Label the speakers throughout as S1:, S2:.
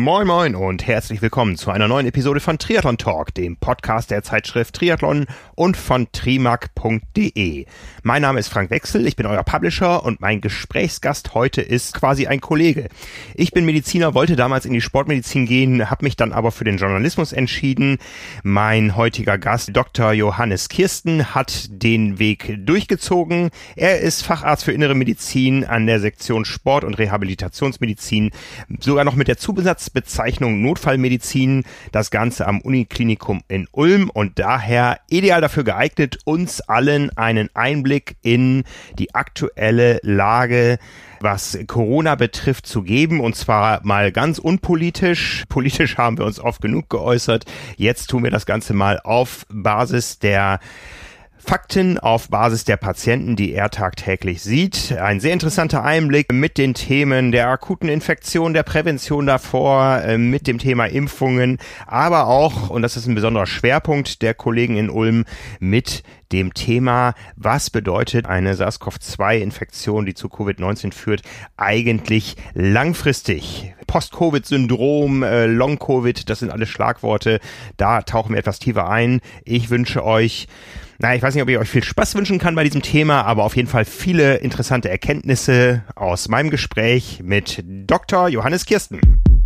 S1: Moin Moin und herzlich willkommen zu einer neuen Episode von Triathlon Talk, dem Podcast der Zeitschrift Triathlon und von trimark.de. Mein Name ist Frank Wechsel, ich bin euer Publisher und mein Gesprächsgast heute ist quasi ein Kollege. Ich bin Mediziner, wollte damals in die Sportmedizin gehen, habe mich dann aber für den Journalismus entschieden. Mein heutiger Gast, Dr. Johannes Kirsten, hat den Weg durchgezogen. Er ist Facharzt für Innere Medizin an der Sektion Sport- und Rehabilitationsmedizin, sogar noch mit der Zusatzbezeichnung Notfallmedizin, das Ganze am Uniklinikum in Ulm und daher ideal dafür geeignet, uns allen einen Einblick in die aktuelle Lage, was Corona betrifft, zu geben, und zwar mal ganz unpolitisch. Politisch haben wir uns oft genug geäußert. Jetzt tun wir das Ganze mal auf Basis der Fakten, auf Basis der Patienten, die er tagtäglich sieht. Ein sehr interessanter Einblick mit den Themen der akuten Infektion, der Prävention davor, mit dem Thema Impfungen, aber auch, und das ist ein besonderer Schwerpunkt der Kollegen in Ulm, mit dem Thema, was bedeutet eine SARS-CoV-2-Infektion, die zu Covid-19 führt, eigentlich langfristig. Post-Covid-Syndrom, Long-Covid, das sind alles Schlagworte. Da tauchen wir etwas tiefer ein. Ich wünsche euch, ich weiß nicht, ob ich euch viel Spaß wünschen kann bei diesem Thema, aber auf jeden Fall viele interessante Erkenntnisse aus meinem Gespräch mit Dr. Johannes Kirsten.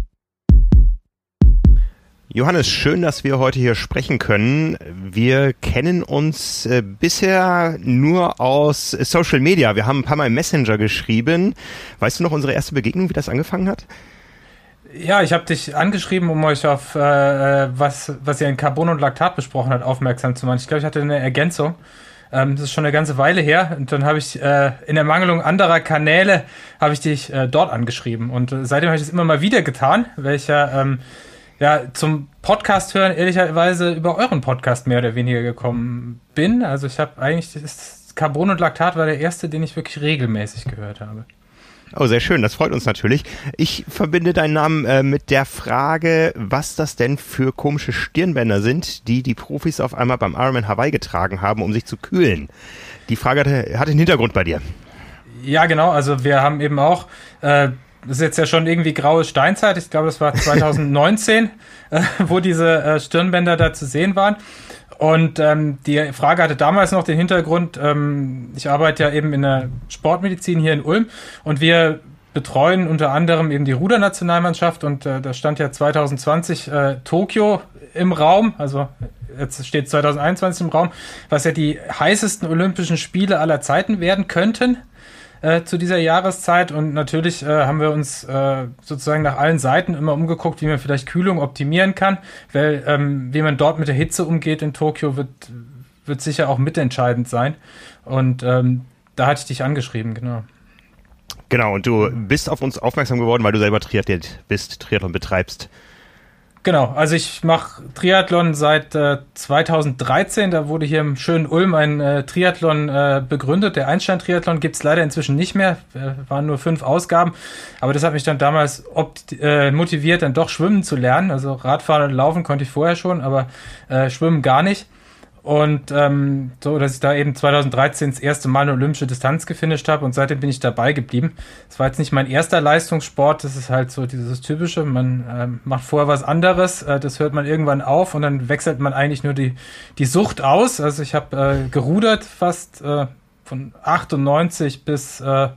S1: Johannes, schön, dass wir heute hier sprechen können. Wir kennen uns bisher nur aus Social Media. Wir haben ein paar Mal im Messenger geschrieben. Weißt du noch unsere erste Begegnung, wie das angefangen hat?
S2: Ja, ich habe dich angeschrieben, um euch auf was ihr in Carbon und Laktat besprochen habt, aufmerksam zu machen. Ich glaube, ich hatte eine Ergänzung. Das ist schon eine ganze Weile her. Und dann habe ich in Ermangelung anderer Kanäle habe ich dich dort angeschrieben. Und seitdem habe ich das immer mal wieder getan, welcher zum Podcast hören ehrlicherweise über euren Podcast mehr oder weniger gekommen bin. Also ich habe eigentlich, Carbon und Laktat war der erste, den ich wirklich regelmäßig gehört habe.
S1: Oh, sehr schön, das freut uns natürlich. Ich verbinde deinen Namen mit der Frage, was das denn für komische Stirnbänder sind, die die Profis auf einmal beim Ironman Hawaii getragen haben, um sich zu kühlen. Die Frage hatte einen Hintergrund bei dir.
S2: Ja, genau, also wir haben eben auch, das ist jetzt ja schon irgendwie graue Steinzeit, ich glaube, das war 2019, wo diese Stirnbänder da zu sehen waren. Und die Frage hatte damals noch den Hintergrund, ich arbeite ja eben in der Sportmedizin hier in Ulm und wir betreuen unter anderem eben die Rudernationalmannschaft und da stand ja 2020 Tokio im Raum, also jetzt steht 2021 im Raum, was ja die heißesten Olympischen Spiele aller Zeiten werden könnten. Zu dieser Jahreszeit und natürlich haben wir uns sozusagen nach allen Seiten immer umgeguckt, wie man vielleicht Kühlung optimieren kann, weil wie man dort mit der Hitze umgeht in Tokio wird sicher auch mitentscheidend sein und da hatte ich dich angeschrieben, genau.
S1: Genau, und du bist auf uns aufmerksam geworden, weil du selber Triathlet bist, Triathlon betreibst.
S2: Genau, also ich mache Triathlon seit 2013, da wurde hier im schönen Ulm ein Triathlon begründet. Der Einstein-Triathlon gibt's leider inzwischen nicht mehr, waren nur 5 Ausgaben, aber das hat mich dann damals motiviert, dann doch schwimmen zu lernen. Also Radfahren und Laufen konnte ich vorher schon, aber schwimmen gar nicht. Und so, dass ich da eben 2013 das erste Mal eine olympische Distanz gefinisht habe und seitdem bin ich dabei geblieben. Das war jetzt nicht mein erster Leistungssport, das ist halt so dieses Typische, man macht vorher was anderes, das hört man irgendwann auf und dann wechselt man eigentlich nur die Sucht aus. Also ich habe gerudert fast von 98 bis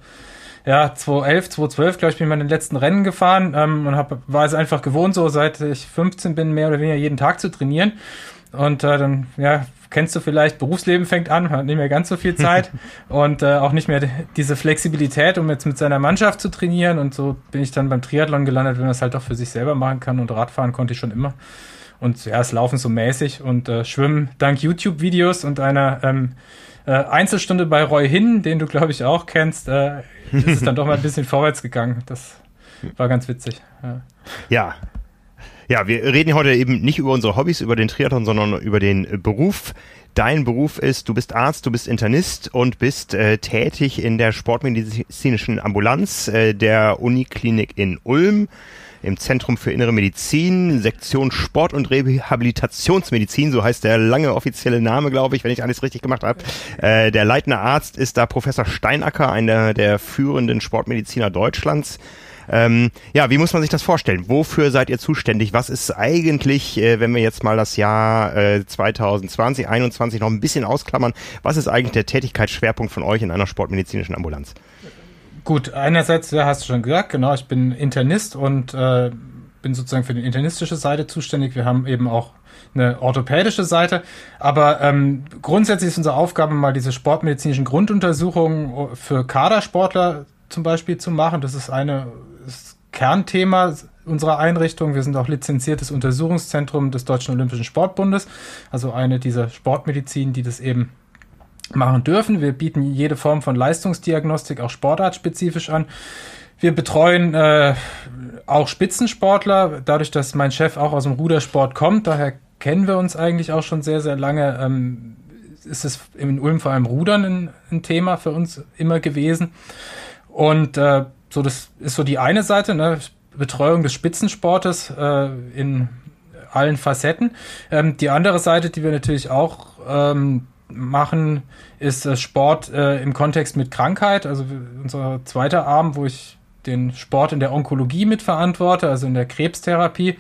S2: 2011, 2012, glaube ich, bin ich mal in den letzten Rennen gefahren und war es einfach gewohnt, so seit ich 15 bin, mehr oder weniger jeden Tag zu trainieren. Und dann, kennst du vielleicht, Berufsleben fängt an, hat nicht mehr ganz so viel Zeit und auch nicht mehr diese Flexibilität, um jetzt mit seiner Mannschaft zu trainieren. Und so bin ich dann beim Triathlon gelandet, wenn man es halt doch für sich selber machen kann. Und Radfahren konnte ich schon immer. Und es Laufen so mäßig und Schwimmen dank YouTube-Videos und einer Einzelstunde bei Roy Hinn, den du, glaube ich, auch kennst, ist es dann doch mal ein bisschen vorwärts gegangen. Das war ganz witzig.
S1: Ja. Ja, wir reden heute eben nicht über unsere Hobbys, über den Triathlon, sondern über den Beruf. Dein Beruf ist, du bist Arzt, du bist Internist und bist tätig in der sportmedizinischen Ambulanz der Uniklinik in Ulm, im Zentrum für Innere Medizin, Sektion Sport- und Rehabilitationsmedizin, so heißt der lange offizielle Name, glaube ich, wenn ich alles richtig gemacht habe. Der leitende Arzt ist da Professor Steinacker, einer der führenden Sportmediziner Deutschlands. Ja, wie muss man sich das vorstellen? Wofür seid ihr zuständig? Was ist eigentlich, wenn wir jetzt mal das Jahr 2020, 2021 noch ein bisschen ausklammern, was ist eigentlich der Tätigkeitsschwerpunkt von euch in einer sportmedizinischen Ambulanz?
S2: Gut, einerseits, ja, hast du schon gesagt, genau, ich bin Internist und bin sozusagen für die internistische Seite zuständig. Wir haben eben auch eine orthopädische Seite, aber grundsätzlich ist unsere Aufgabe, mal diese sportmedizinischen Grunduntersuchungen für Kadersportler zum Beispiel zu machen. Das ist das Kernthema unserer Einrichtung. Wir sind auch lizenziertes Untersuchungszentrum des Deutschen Olympischen Sportbundes, also eine dieser Sportmedizin, die das eben machen dürfen. Wir bieten jede Form von Leistungsdiagnostik auch sportartspezifisch an. Wir betreuen auch Spitzensportler, dadurch, dass mein Chef auch aus dem Rudersport kommt, daher kennen wir uns eigentlich auch schon sehr, sehr lange. Ist es in Ulm vor allem Rudern ein Thema für uns immer gewesen. Und so, das ist so die eine Seite, ne? Betreuung des Spitzensportes in allen Facetten. Die andere Seite, die wir natürlich auch machen, ist Sport im Kontext mit Krankheit. Also unser zweiter Arm, wo ich den Sport in der Onkologie mitverantworte, also in der Krebstherapie.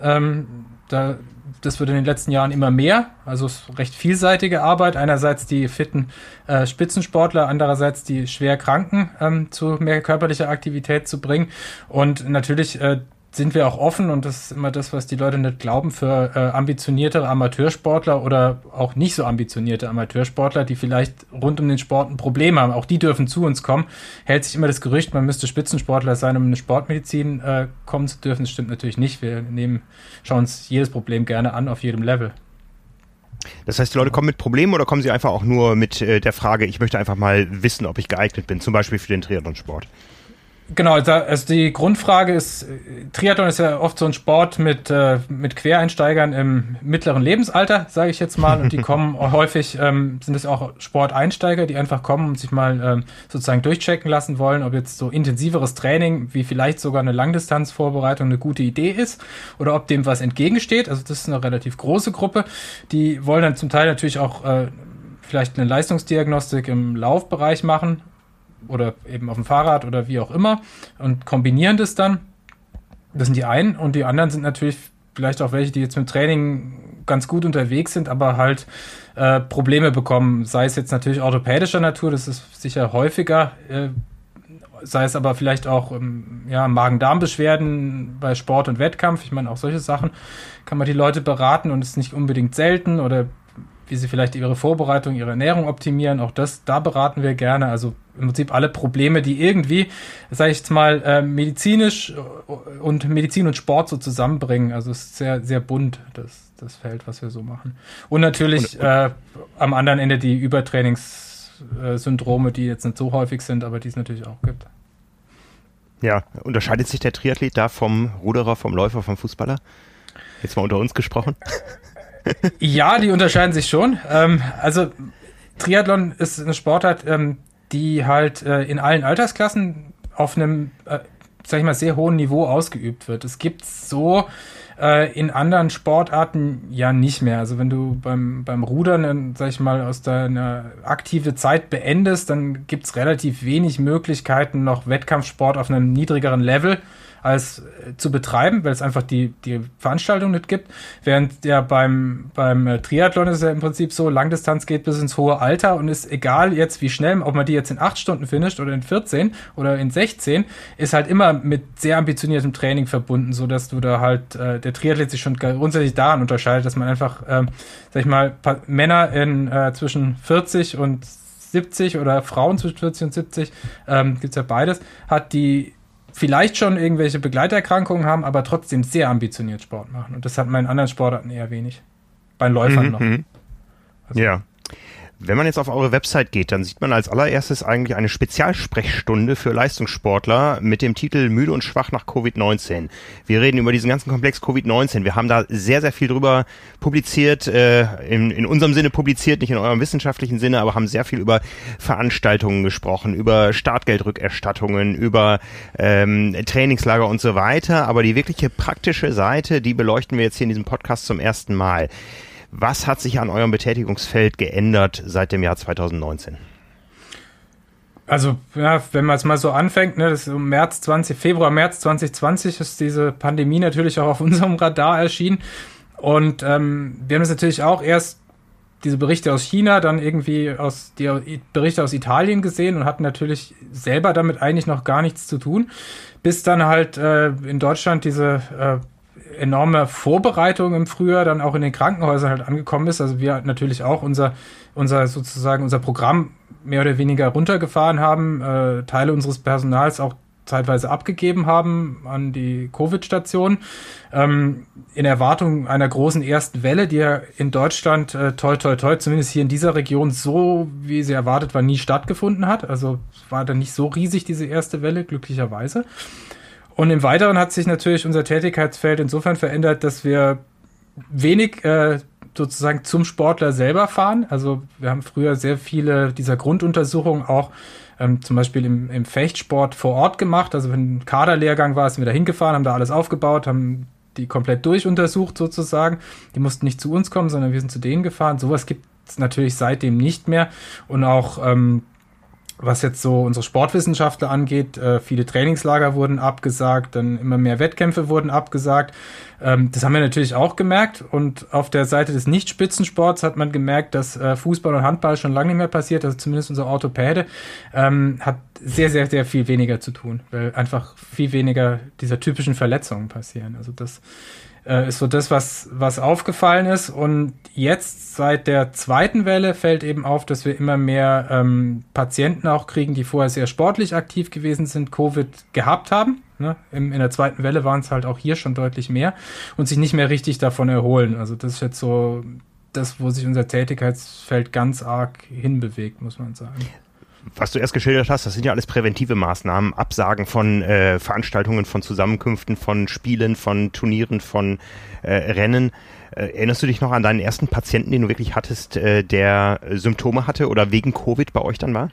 S2: Das wird in den letzten Jahren immer mehr, also es ist recht vielseitige Arbeit. Einerseits die fitten Spitzensportler, andererseits die schwer Kranken zu mehr körperlicher Aktivität zu bringen. Und natürlich sind wir auch offen, und das ist immer das, was die Leute nicht glauben, für ambitioniertere Amateursportler oder auch nicht so ambitionierte Amateursportler, die vielleicht rund um den Sport ein Problem haben. Auch die dürfen zu uns kommen. Hält sich immer das Gerücht, man müsste Spitzensportler sein, um in eine Sportmedizin kommen zu dürfen. Das stimmt natürlich nicht. Wir schauen uns jedes Problem gerne an, auf jedem Level.
S1: Das heißt, die Leute kommen mit Problemen oder kommen sie einfach auch nur mit der Frage, ich möchte einfach mal wissen, ob ich geeignet bin, zum Beispiel für den Triathlonsport?
S2: Genau, also die Grundfrage ist, Triathlon ist ja oft so ein Sport mit Quereinsteigern im mittleren Lebensalter, sage ich jetzt mal, und die kommen häufig, sind es auch Sporteinsteiger, die einfach kommen und sich mal sozusagen durchchecken lassen wollen, ob jetzt so intensiveres Training wie vielleicht sogar eine Langdistanzvorbereitung eine gute Idee ist oder ob dem was entgegensteht. Also das ist eine relativ große Gruppe. Die wollen dann zum Teil natürlich auch vielleicht eine Leistungsdiagnostik im Laufbereich machen oder eben auf dem Fahrrad oder wie auch immer und kombinieren das dann. Das sind die einen, und die anderen sind natürlich vielleicht auch welche, die jetzt mit Training ganz gut unterwegs sind, aber halt Probleme bekommen, sei es jetzt natürlich orthopädischer Natur, das ist sicher häufiger, sei es aber vielleicht auch Magen-Darm-Beschwerden bei Sport und Wettkampf. Ich meine, auch solche Sachen kann man die Leute beraten, und es ist nicht unbedingt selten, oder wie sie vielleicht ihre Vorbereitung, ihre Ernährung optimieren, auch da beraten wir gerne. Also im Prinzip alle Probleme, die irgendwie, sage ich jetzt mal, Medizin und Sport so zusammenbringen. Also es ist sehr, sehr bunt, das Feld, was wir so machen. Und natürlich am anderen Ende die Übertrainingssyndrome, die jetzt nicht so häufig sind, aber die es natürlich auch gibt.
S1: Ja, unterscheidet sich der Triathlet da vom Ruderer, vom Läufer, vom Fußballer? Jetzt mal unter uns gesprochen.
S2: Ja, die unterscheiden sich schon. Also Triathlon ist eine Sportart, die halt in allen Altersklassen auf einem, sag ich mal, sehr hohen Niveau ausgeübt wird. Es gibt so in anderen Sportarten ja nicht mehr. Also wenn du beim Rudern, sag ich mal, aus deiner aktive Zeit beendest, dann gibt's relativ wenig Möglichkeiten, noch Wettkampfsport auf einem niedrigeren Level als zu betreiben, weil es einfach die Veranstaltung nicht gibt. Während ja beim Triathlon ist es ja im Prinzip so, Langdistanz geht bis ins hohe Alter und ist egal jetzt wie schnell, ob man die jetzt in 8 Stunden finisht oder in 14 oder in 16, ist halt immer mit sehr ambitioniertem Training verbunden, so dass du da halt, der Triathlet sich schon grundsätzlich daran unterscheidet, dass man einfach, sag ich mal, Männer in zwischen 40 und 70 oder Frauen zwischen 40 und 70, gibt's ja beides, hat, die vielleicht schon irgendwelche Begleiterkrankungen haben, aber trotzdem sehr ambitioniert Sport machen. Und das hat man in anderen Sportarten eher wenig. Bei Läufern noch. Also,
S1: ja. Wenn man jetzt auf eure Website geht, dann sieht man als allererstes eigentlich eine Spezialsprechstunde für Leistungssportler mit dem Titel Müde und schwach nach Covid-19. Wir reden über diesen ganzen Komplex Covid-19. Wir haben da sehr, sehr viel drüber publiziert, in unserem Sinne publiziert, nicht in eurem wissenschaftlichen Sinne, aber haben sehr viel über Veranstaltungen gesprochen, über Startgeldrückerstattungen, über Trainingslager und so weiter. Aber die wirkliche praktische Seite, die beleuchten wir jetzt hier in diesem Podcast zum ersten Mal. Was hat sich an eurem Betätigungsfeld geändert seit dem Jahr 2019?
S2: Also, ja, wenn man es mal so anfängt, ne, das ist Februar, März 2020 ist diese Pandemie natürlich auch auf unserem Radar erschienen. Und wir haben es natürlich auch erst diese Berichte aus China, dann irgendwie die Berichte aus Italien gesehen und hatten natürlich selber damit eigentlich noch gar nichts zu tun, bis dann halt in Deutschland diese enorme Vorbereitung im Frühjahr dann auch in den Krankenhäusern halt angekommen ist. Also wir natürlich auch unser Programm mehr oder weniger runtergefahren haben, Teile unseres Personals auch zeitweise abgegeben haben an die Covid-Station, in Erwartung einer großen ersten Welle, die ja in Deutschland toi, zumindest hier in dieser Region so, wie sie erwartet war, nie stattgefunden hat. Also war dann nicht so riesig, diese erste Welle, glücklicherweise. Und im Weiteren hat sich natürlich unser Tätigkeitsfeld insofern verändert, dass wir wenig sozusagen zum Sportler selber fahren. Also wir haben früher sehr viele dieser Grunduntersuchungen auch zum Beispiel im Fechtsport vor Ort gemacht. Also wenn ein Kaderlehrgang war, sind wir da hingefahren, haben da alles aufgebaut, haben die komplett durchuntersucht sozusagen. Die mussten nicht zu uns kommen, sondern wir sind zu denen gefahren. Sowas gibt es natürlich seitdem nicht mehr. Und auch was jetzt so unsere Sportwissenschaftler angeht, viele Trainingslager wurden abgesagt, dann immer mehr Wettkämpfe wurden abgesagt. Das haben wir natürlich auch gemerkt. Und auf der Seite des Nicht-Spitzensports hat man gemerkt, dass Fußball und Handball schon lange nicht mehr passiert. Also zumindest unser Orthopäde hat sehr, sehr, sehr viel weniger zu tun, weil einfach viel weniger dieser typischen Verletzungen passieren. Also das ist so das, was aufgefallen ist. Und jetzt seit der zweiten Welle fällt eben auf, dass wir immer mehr Patienten auch kriegen, die vorher sehr sportlich aktiv gewesen sind, Covid gehabt haben. Ne? In der zweiten Welle waren es halt auch hier schon deutlich mehr und sich nicht mehr richtig davon erholen. Also das ist jetzt so das, wo sich unser Tätigkeitsfeld ganz arg hinbewegt, muss man sagen.
S1: Was du erst geschildert hast, das sind ja alles präventive Maßnahmen, Absagen von Veranstaltungen, von Zusammenkünften, von Spielen, von Turnieren, von Rennen. Erinnerst du dich noch an deinen ersten Patienten, den du wirklich hattest, der Symptome hatte oder wegen Covid bei euch dann war?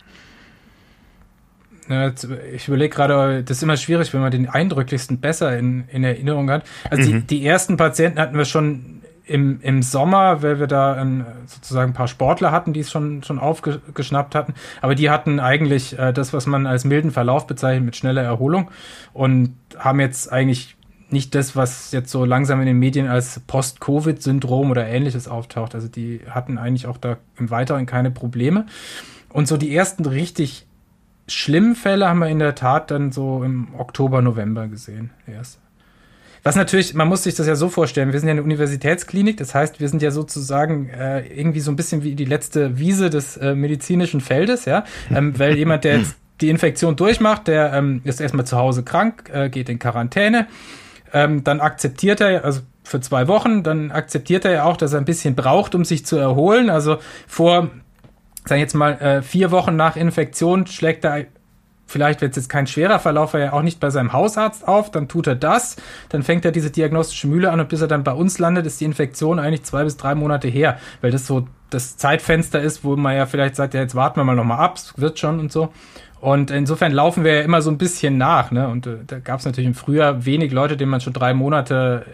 S2: Ich überlege gerade, das ist immer schwierig, wenn man den eindrücklichsten besser in Erinnerung hat. Also die ersten Patienten hatten wir schon im Sommer, weil wir da sozusagen ein paar Sportler hatten, die es schon aufgeschnappt hatten. Aber die hatten eigentlich das, was man als milden Verlauf bezeichnet, mit schneller Erholung und haben jetzt eigentlich nicht das, was jetzt so langsam in den Medien als Post-Covid-Syndrom oder Ähnliches auftaucht. Also die hatten eigentlich auch da im Weiteren keine Probleme. Und so die ersten richtig schlimmen Fälle haben wir in der Tat dann so im Oktober, November gesehen erst. Was natürlich, man muss sich das ja so vorstellen, wir sind ja eine Universitätsklinik, das heißt, wir sind ja sozusagen irgendwie so ein bisschen wie die letzte Wiese des medizinischen Feldes, ja, weil jemand, der jetzt die Infektion durchmacht, der ist erstmal zu Hause krank, geht in Quarantäne, dann akzeptiert er, also für 2 Wochen, dann akzeptiert er ja auch, dass er ein bisschen braucht, um sich zu erholen, also sagen wir jetzt mal 4 Wochen nach Infektion schlägt er vielleicht, wenn es jetzt kein schwerer Verlauf war, ja auch nicht bei seinem Hausarzt auf, dann tut er das, dann fängt er diese diagnostische Mühle an und bis er dann bei uns landet, ist die Infektion eigentlich 2 bis 3 Monate her, weil das so das Zeitfenster ist, wo man ja vielleicht sagt, ja, jetzt warten wir mal nochmal ab, es wird schon und so. Und insofern laufen wir ja immer so ein bisschen nach, ne? Und da gab es natürlich im Frühjahr wenig Leute, denen man schon 3 Monate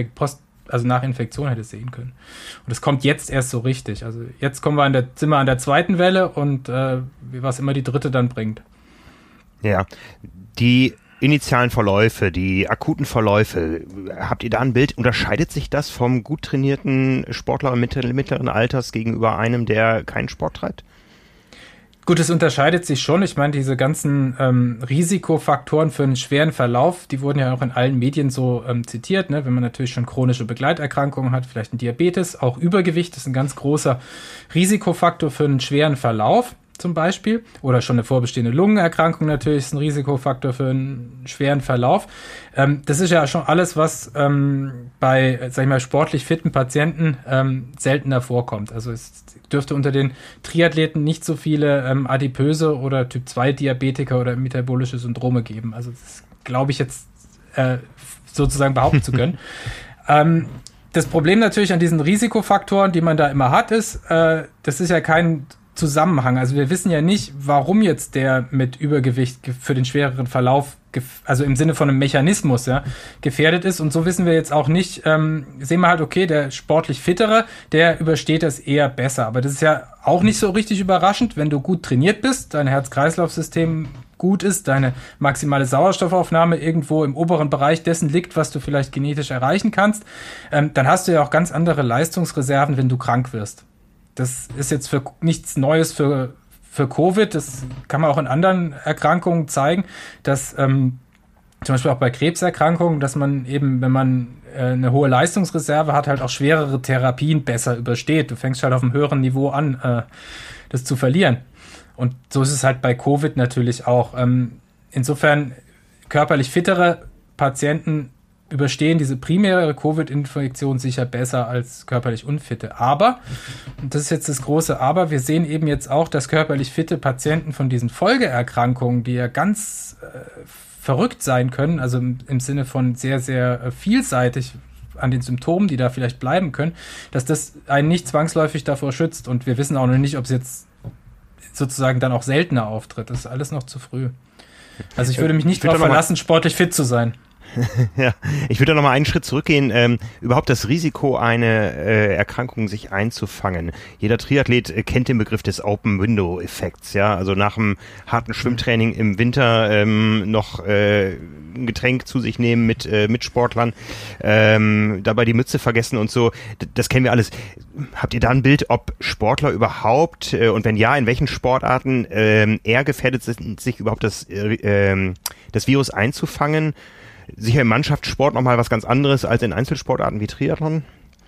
S2: nach Infektion hätte sehen können. Und das kommt jetzt erst so richtig. Also jetzt sind wir an der zweiten Welle und was immer die dritte dann bringt.
S1: Ja, die initialen Verläufe, die akuten Verläufe, habt ihr da ein Bild? Unterscheidet sich das vom gut trainierten Sportler mittleren Alters gegenüber einem, der keinen Sport treibt?
S2: Gut, es unterscheidet sich schon. Ich meine, diese ganzen Risikofaktoren für einen schweren Verlauf, die wurden ja auch in allen Medien so zitiert, ne? Wenn man natürlich schon chronische Begleiterkrankungen hat, vielleicht ein Diabetes, auch Übergewicht ist ein ganz großer Risikofaktor für einen schweren Verlauf zum Beispiel. Oder schon eine vorbestehende Lungenerkrankung natürlich ist ein Risikofaktor für einen schweren Verlauf. Das ist ja schon alles, was bei, sag ich mal, sportlich fitten Patienten seltener vorkommt. Also es dürfte unter den Triathleten nicht so viele adipöse oder Typ-2-Diabetiker oder metabolische Syndrome geben. Also das glaube ich jetzt sozusagen behaupten zu können. Das Problem natürlich an diesen Risikofaktoren, die man da immer hat, ist, das ist ja kein Zusammenhang. Also wir wissen ja nicht, warum jetzt der mit Übergewicht für den schwereren Verlauf, also im Sinne von einem Mechanismus, ja, gefährdet ist. Und so wissen wir jetzt auch nicht, sehen wir halt, okay, der sportlich Fittere, der übersteht das eher besser. Aber das ist ja auch nicht so richtig überraschend, wenn du gut trainiert bist, dein Herz-Kreislauf-System gut ist, deine maximale Sauerstoffaufnahme irgendwo im oberen Bereich dessen liegt, was du vielleicht genetisch erreichen kannst, dann hast du ja auch ganz andere Leistungsreserven, wenn du krank wirst. Das ist jetzt für nichts Neues für Covid, das kann man auch in anderen Erkrankungen zeigen, dass zum Beispiel auch bei Krebserkrankungen, dass man eben, wenn man eine hohe Leistungsreserve hat, halt auch schwerere Therapien besser übersteht. Du fängst halt auf einem höheren Niveau an, das zu verlieren. Und so ist es halt bei Covid natürlich auch. Insofern körperlich fittere Patienten überstehen diese primäre Covid-Infektion sicher besser als körperlich unfitte. Aber, und das ist jetzt das große Aber, wir sehen eben jetzt auch, dass körperlich fitte Patienten von diesen Folgeerkrankungen, die ja ganz verrückt sein können, also im Sinne von sehr, sehr vielseitig an den Symptomen, die da vielleicht bleiben können, dass das einen nicht zwangsläufig davor schützt. Und wir wissen auch noch nicht, ob es jetzt sozusagen dann auch seltener auftritt. Das ist alles noch zu früh. Also ich würde mich nicht darauf verlassen, sportlich fit zu sein.
S1: Ja, ich würde noch mal einen Schritt zurückgehen, überhaupt das Risiko, eine Erkrankung sich einzufangen. Jeder Triathlet kennt den Begriff des Open-Window-Effekts, ja, also nach einem harten Schwimmtraining im Winter noch ein Getränk zu sich nehmen mit Mitsportlern, dabei die Mütze vergessen und so, das kennen wir alles. Habt ihr da ein Bild, ob Sportler überhaupt, und wenn ja, in welchen Sportarten eher gefährdet sind, sich überhaupt das Virus einzufangen? Sicher im Mannschaftssport nochmal was ganz anderes als in Einzelsportarten wie Triathlon?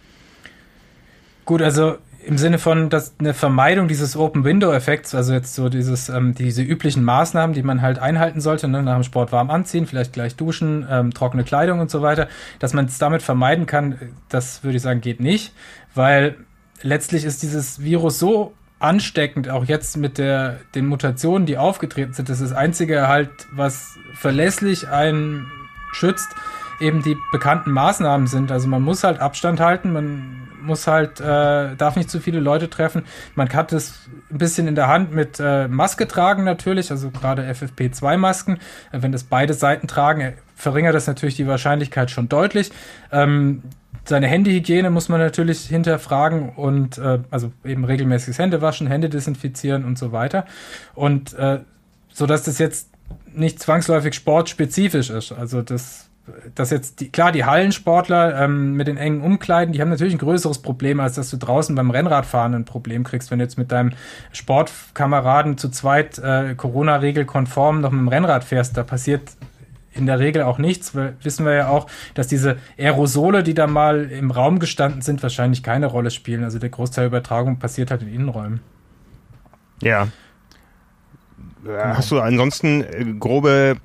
S2: Gut, also im Sinne von dass eine Vermeidung dieses Open-Window-Effekts, also jetzt so diese üblichen Maßnahmen, die man halt einhalten sollte, ne, nach dem Sport warm anziehen, vielleicht gleich duschen, trockene Kleidung und so weiter, dass man es damit vermeiden kann, das würde ich sagen, geht nicht, weil letztlich ist dieses Virus so ansteckend, auch jetzt mit den Mutationen, die aufgetreten sind, das ist das Einzige halt, was verlässlich einen schützt, eben die bekannten Maßnahmen sind. Also man muss halt Abstand halten, man muss halt, darf nicht zu viele Leute treffen. Man hat es ein bisschen in der Hand mit Maske tragen natürlich, also gerade FFP2-Masken. Wenn das beide Seiten tragen, verringert das natürlich die Wahrscheinlichkeit schon deutlich. Seine Händehygiene muss man natürlich hinterfragen und also eben regelmäßiges Händewaschen, Hände desinfizieren und so weiter. Und so dass das jetzt nicht zwangsläufig sportspezifisch ist. Also das jetzt, die Hallensportler mit den engen Umkleiden, die haben natürlich ein größeres Problem, als dass du draußen beim Rennradfahren ein Problem kriegst, wenn du jetzt mit deinem Sportkameraden zu zweit Corona-Regel-konform noch mit dem Rennrad fährst. Da passiert in der Regel auch nichts, weil wissen wir ja auch, dass diese Aerosole, die da mal im Raum gestanden sind, wahrscheinlich keine Rolle spielen. Also der Großteil der Übertragung passiert halt in Innenräumen.
S1: Ja. Hast du ansonsten grobe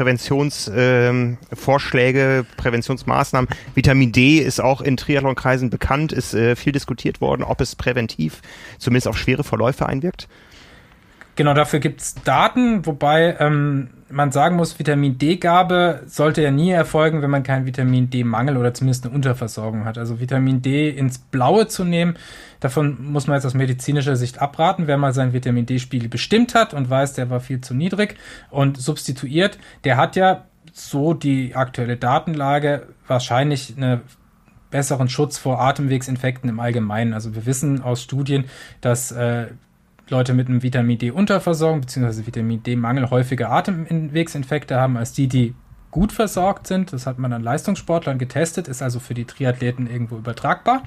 S1: Präventionsvorschläge, Präventionsmaßnahmen? Vitamin D ist auch in Triathlonkreisen bekannt, ist viel diskutiert worden, ob es präventiv zumindest auf schwere Verläufe einwirkt.
S2: Genau, dafür gibt's Daten, wobei man sagen muss, Vitamin D-Gabe sollte ja nie erfolgen, wenn man keinen Vitamin D-Mangel oder zumindest eine Unterversorgung hat. Also Vitamin D ins Blaue zu nehmen, davon muss man jetzt aus medizinischer Sicht abraten. Wer mal seinen Vitamin D-Spiegel bestimmt hat und weiß, der war viel zu niedrig und substituiert, der hat ja, so die aktuelle Datenlage, wahrscheinlich einen besseren Schutz vor Atemwegsinfekten im Allgemeinen. Also wir wissen aus Studien, dass Leute mit einem Vitamin D-Unterversorgung bzw. Vitamin D-Mangel häufiger Atemwegsinfekte haben als die gut versorgt sind. Das hat man an Leistungssportlern getestet, ist also für die Triathleten irgendwo übertragbar.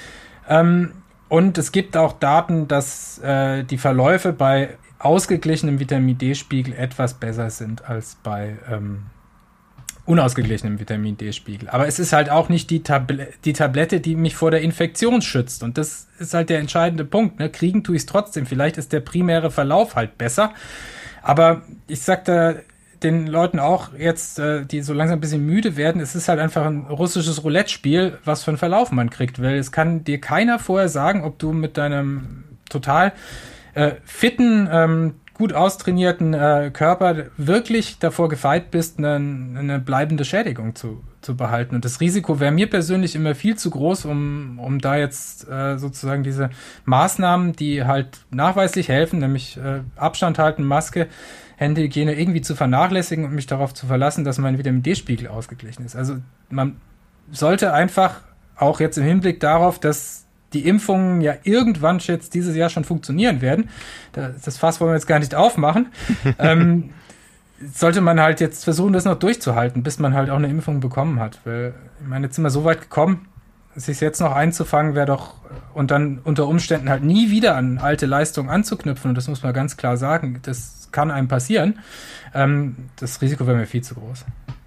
S2: Und es gibt auch Daten, dass die Verläufe bei ausgeglichenem Vitamin D-Spiegel etwas besser sind als bei unausgeglichenem Vitamin D-Spiegel. Aber es ist halt auch nicht die Tablette, die mich vor der Infektion schützt. Und das ist halt der entscheidende Punkt. Ne? Kriegen tue ich es trotzdem. Vielleicht ist der primäre Verlauf halt besser. Aber ich sag da den Leuten auch jetzt, die so langsam ein bisschen müde werden, es ist halt einfach ein russisches Roulette-Spiel, was für einen Verlauf man kriegt. Weil es kann dir keiner vorher sagen, ob du mit deinem total fitten, gut austrainierten Körper wirklich davor gefeit bist, eine bleibende Schädigung zu behalten. Und das Risiko wäre mir persönlich immer viel zu groß, um da jetzt sozusagen diese Maßnahmen, die halt nachweislich helfen, nämlich Abstand halten, Maske, Händehygiene irgendwie zu vernachlässigen und mich darauf zu verlassen, dass mein Vitamin D-Spiegel ausgeglichen ist. Also man sollte einfach auch jetzt im Hinblick darauf, dass die Impfungen ja irgendwann jetzt dieses Jahr schon funktionieren werden, das Fass wollen wir jetzt gar nicht aufmachen, sollte man halt jetzt versuchen, das noch durchzuhalten, bis man halt auch eine Impfung bekommen hat. Weil ich meine, jetzt sind wir so weit gekommen, sich jetzt noch einzufangen, wäre doch, und dann unter Umständen halt nie wieder an alte Leistungen anzuknüpfen, und das muss man ganz klar sagen, das kann einem passieren. Das Risiko wäre mir viel zu groß.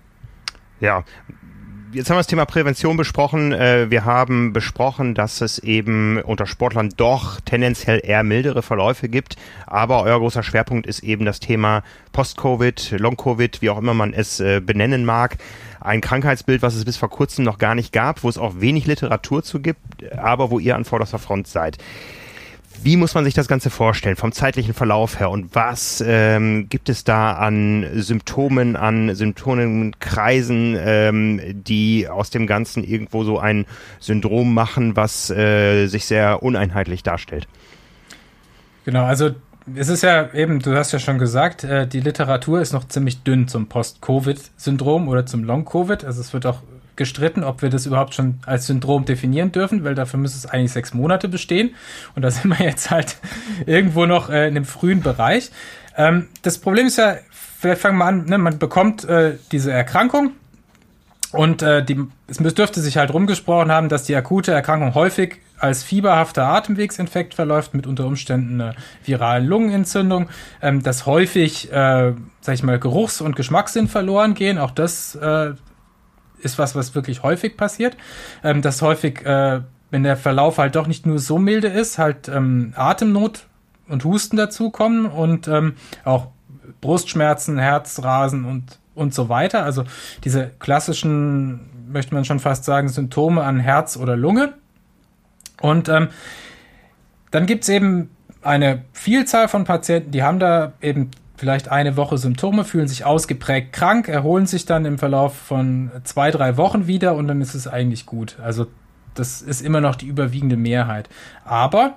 S1: Ja, jetzt haben wir das Thema Prävention besprochen. Wir haben besprochen, dass es eben unter Sportlern doch tendenziell eher mildere Verläufe gibt. Aber euer großer Schwerpunkt ist eben das Thema Post-Covid, Long-Covid, wie auch immer man es benennen mag. Ein Krankheitsbild, was es bis vor kurzem noch gar nicht gab, wo es auch wenig Literatur zu gibt, aber wo ihr an vorderster Front seid. Wie muss man sich das Ganze vorstellen, vom zeitlichen Verlauf her? Und was gibt es da an Symptomen, an Symptomenkreisen, die aus dem Ganzen irgendwo so ein Syndrom machen, was sich sehr uneinheitlich darstellt?
S2: Genau, also es ist ja eben, du hast ja schon gesagt, die Literatur ist noch ziemlich dünn zum Post-Covid-Syndrom oder zum Long-Covid. Also es wird auch gestritten, ob wir das überhaupt schon als Syndrom definieren dürfen, weil dafür müsste es eigentlich 6 Monate bestehen. Und da sind wir jetzt halt irgendwo noch in dem frühen Bereich. Das Problem ist ja, vielleicht fangen wir an, ne, man bekommt diese Erkrankung und es dürfte sich halt rumgesprochen haben, dass die akute Erkrankung häufig als fieberhafter Atemwegsinfekt verläuft, mit unter Umständen einer viralen Lungenentzündung, dass häufig, sag ich mal, Geruchs- und Geschmackssinn verloren gehen. Auch das ist was wirklich häufig passiert, dass häufig, wenn der Verlauf halt doch nicht nur so milde ist, halt Atemnot und Husten dazukommen und auch Brustschmerzen, Herzrasen und so weiter. Also diese klassischen, möchte man schon fast sagen, Symptome an Herz oder Lunge. Und dann gibt es eben eine Vielzahl von Patienten, die haben da eben vielleicht eine Woche Symptome, fühlen sich ausgeprägt krank, erholen sich dann im Verlauf von 2-3 Wochen wieder und dann ist es eigentlich gut. Also das ist immer noch die überwiegende Mehrheit. Aber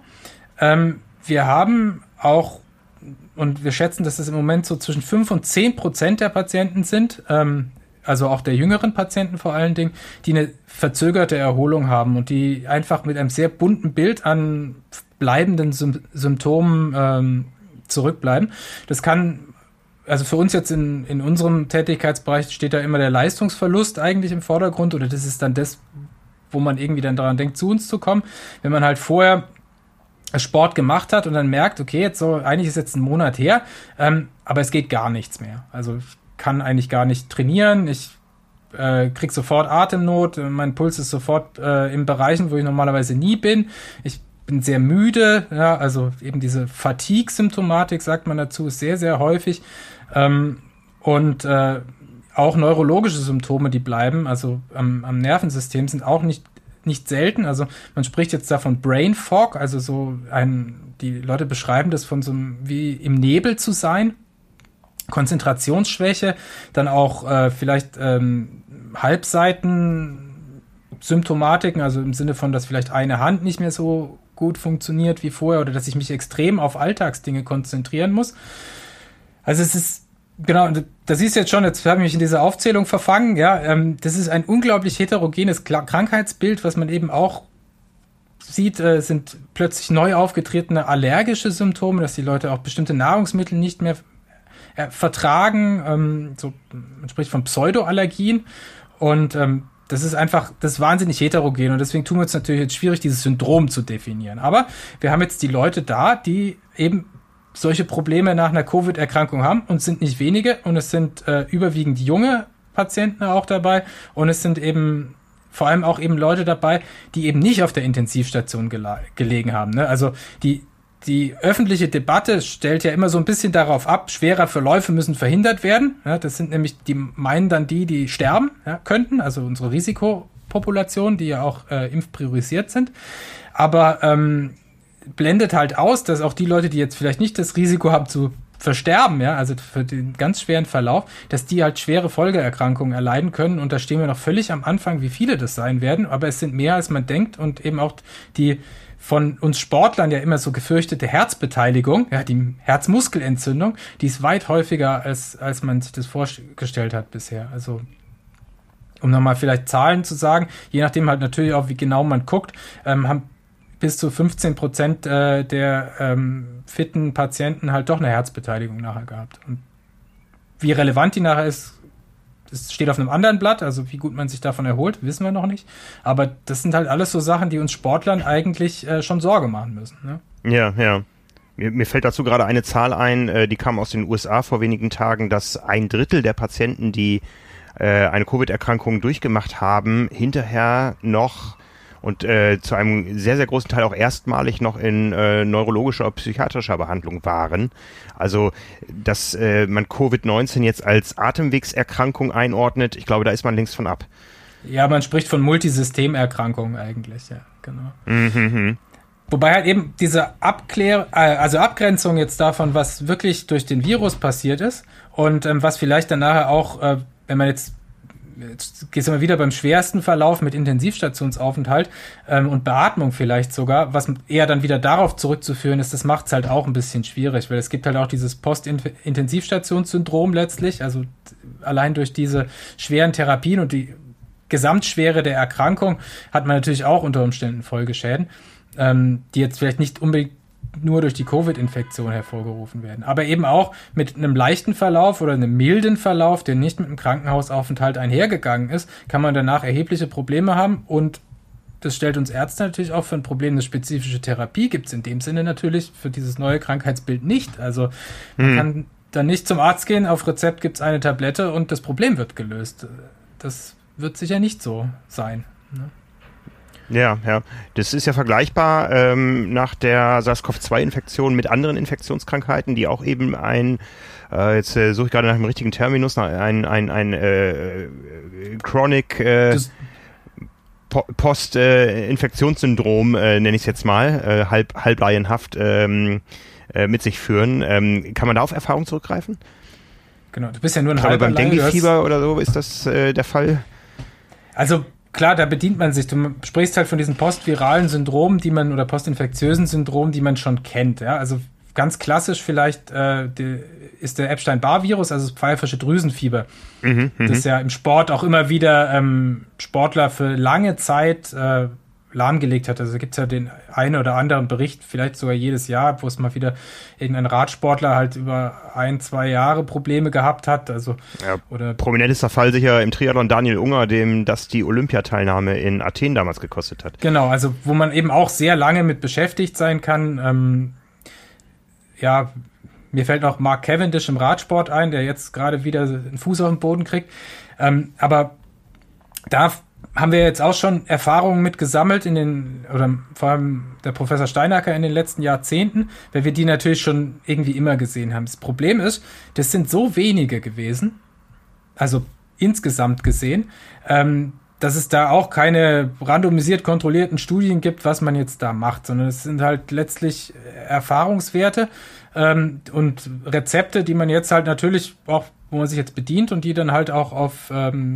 S2: wir haben auch, und wir schätzen, dass es im Moment so zwischen 5% und 10% der Patienten sind, also auch der jüngeren Patienten vor allen Dingen, die eine verzögerte Erholung haben und die einfach mit einem sehr bunten Bild an bleibenden Symptomen zurückbleiben. Das kann, also für uns jetzt in unserem Tätigkeitsbereich steht da immer der Leistungsverlust eigentlich im Vordergrund, oder das ist dann das, wo man irgendwie dann daran denkt, zu uns zu kommen. Wenn man halt vorher Sport gemacht hat und dann merkt, okay, jetzt so, eigentlich ist jetzt ein Monat her, aber es geht gar nichts mehr. Also ich kann eigentlich gar nicht trainieren, ich krieg sofort Atemnot, mein Puls ist sofort in Bereichen, wo ich normalerweise nie bin. Ich bin sehr müde, ja, also eben diese Fatigue-Symptomatik, sagt man dazu, ist sehr, sehr häufig. Und auch neurologische Symptome, die bleiben, also am Nervensystem, sind auch nicht selten. Also man spricht jetzt da von Brain Fog, also so die Leute beschreiben das von so wie im Nebel zu sein. Konzentrationsschwäche, dann auch vielleicht Halbseiten-Symptomatiken, also im Sinne von, dass vielleicht eine Hand nicht mehr so gut funktioniert wie vorher oder dass ich mich extrem auf Alltagsdinge konzentrieren muss. Also es ist, genau, da siehst du jetzt schon, jetzt habe ich mich in dieser Aufzählung verfangen, ja, das ist ein unglaublich heterogenes Krankheitsbild, was man eben auch sieht, sind plötzlich neu aufgetretene allergische Symptome, dass die Leute auch bestimmte Nahrungsmittel nicht mehr vertragen, so, man spricht von Pseudoallergien und das ist wahnsinnig heterogen und deswegen tun wir uns natürlich jetzt schwierig, dieses Syndrom zu definieren. Aber wir haben jetzt die Leute da, die eben solche Probleme nach einer Covid-Erkrankung haben und sind nicht wenige und es sind überwiegend junge Patienten auch dabei und es sind eben vor allem auch eben Leute dabei, die eben nicht auf der Intensivstation gelegen haben. Ne? Also die öffentliche Debatte stellt ja immer so ein bisschen darauf ab, schwere Verläufe müssen verhindert werden. Ja, das sind nämlich, die meinen dann die sterben könnten, also unsere Risikopopulation, die ja auch impfpriorisiert sind. Aber blendet halt aus, dass auch die Leute, die jetzt vielleicht nicht das Risiko haben zu versterben, ja, also für den ganz schweren Verlauf, dass die halt schwere Folgeerkrankungen erleiden können. Und da stehen wir noch völlig am Anfang, wie viele das sein werden. Aber es sind mehr, als man denkt. Und eben auch die von uns Sportlern ja immer so gefürchtete Herzbeteiligung, ja, die Herzmuskelentzündung, die ist weit häufiger, als man sich das vorgestellt hat bisher. Also, um nochmal vielleicht Zahlen zu sagen, je nachdem halt natürlich auch, wie genau man guckt, haben bis zu 15% der fitten Patienten halt doch eine Herzbeteiligung nachher gehabt. Und wie relevant die nachher ist, das steht auf einem anderen Blatt, also wie gut man sich davon erholt, wissen wir noch nicht. Aber das sind halt alles so Sachen, die uns Sportlern eigentlich schon Sorge machen müssen. Ne?
S1: Ja, ja. Mir fällt dazu gerade eine Zahl ein, die kam aus den USA vor wenigen Tagen, dass 1/3 der Patienten, die eine Covid-Erkrankung durchgemacht haben, hinterher noch und zu einem sehr, sehr großen Teil auch erstmalig noch in neurologischer oder psychiatrischer Behandlung waren. Also, dass man Covid-19 jetzt als Atemwegserkrankung einordnet, ich glaube, da ist man längst von ab.
S2: Ja, man spricht von Multisystemerkrankungen eigentlich, ja, genau. Mhm. Wobei halt eben diese Abgrenzung jetzt davon, was wirklich durch den Virus passiert ist und was vielleicht dann nachher auch, wenn man jetzt gehst du mal wieder beim schwersten Verlauf mit Intensivstationsaufenthalt und Beatmung vielleicht sogar, was eher dann wieder darauf zurückzuführen ist, das macht es halt auch ein bisschen schwierig, weil es gibt halt auch dieses Post-Intensivstationssyndrom letztlich, also allein durch diese schweren Therapien und die Gesamtschwere der Erkrankung hat man natürlich auch unter Umständen Folgeschäden, die jetzt vielleicht nicht unbedingt nur durch die Covid-Infektion hervorgerufen werden. Aber eben auch mit einem leichten Verlauf oder einem milden Verlauf, der nicht mit einem Krankenhausaufenthalt einhergegangen ist, kann man danach erhebliche Probleme haben. Und das stellt uns Ärzte natürlich auch für ein Problem. Eine spezifische Therapie gibt es in dem Sinne natürlich für dieses neue Krankheitsbild nicht. Also man kann dann nicht zum Arzt gehen, auf Rezept gibt es eine Tablette und das Problem wird gelöst. Das wird sicher nicht so sein, ne?
S1: Ja, ja. Das ist ja vergleichbar nach der SARS-CoV-2-Infektion mit anderen Infektionskrankheiten, die auch eben jetzt suche ich gerade nach dem richtigen Terminus, ein Chronic Post-Infektionssyndrom, nenne ich es jetzt mal, halblaienhaft mit sich führen. Kann man da auf Erfahrung zurückgreifen?
S2: Genau, du bist ja nur ein
S1: halber. Beim Dengue-Fieber oder so ist das der Fall? Also
S2: klar, da bedient man sich. Du sprichst halt von diesen postviralen Syndromen, die man oder postinfektiösen Syndromen, die man schon kennt. Ja? Also ganz klassisch vielleicht ist der Epstein-Barr-Virus, also das pfeifersche Drüsenfieber. Das ja im Sport auch immer wieder Sportler für lange Zeit lahmgelegt hat. Also gibt es ja den einen oder anderen Bericht, vielleicht sogar jedes Jahr, wo es mal wieder irgendein Radsportler halt über 1-2 Jahre Probleme gehabt hat. Also
S1: ja, oder prominentester Fall sicher im Triathlon Daniel Unger, dem das die Olympiateilnahme in Athen damals gekostet hat.
S2: Genau, also wo man eben auch sehr lange mit beschäftigt sein kann. Ja, mir fällt noch Mark Cavendish im Radsport ein, der jetzt gerade wieder einen Fuß auf den Boden kriegt. Aber da haben wir jetzt auch schon Erfahrungen mit gesammelt oder vor allem der Professor Steinacker in den letzten Jahrzehnten, weil wir die natürlich schon irgendwie immer gesehen haben. Das Problem ist, das sind so wenige gewesen, also insgesamt gesehen, dass es da auch keine randomisiert kontrollierten Studien gibt, was man jetzt da macht, sondern es sind halt letztlich Erfahrungswerte und Rezepte, die man jetzt halt natürlich auch, wo man sich jetzt bedient und die dann halt auch auf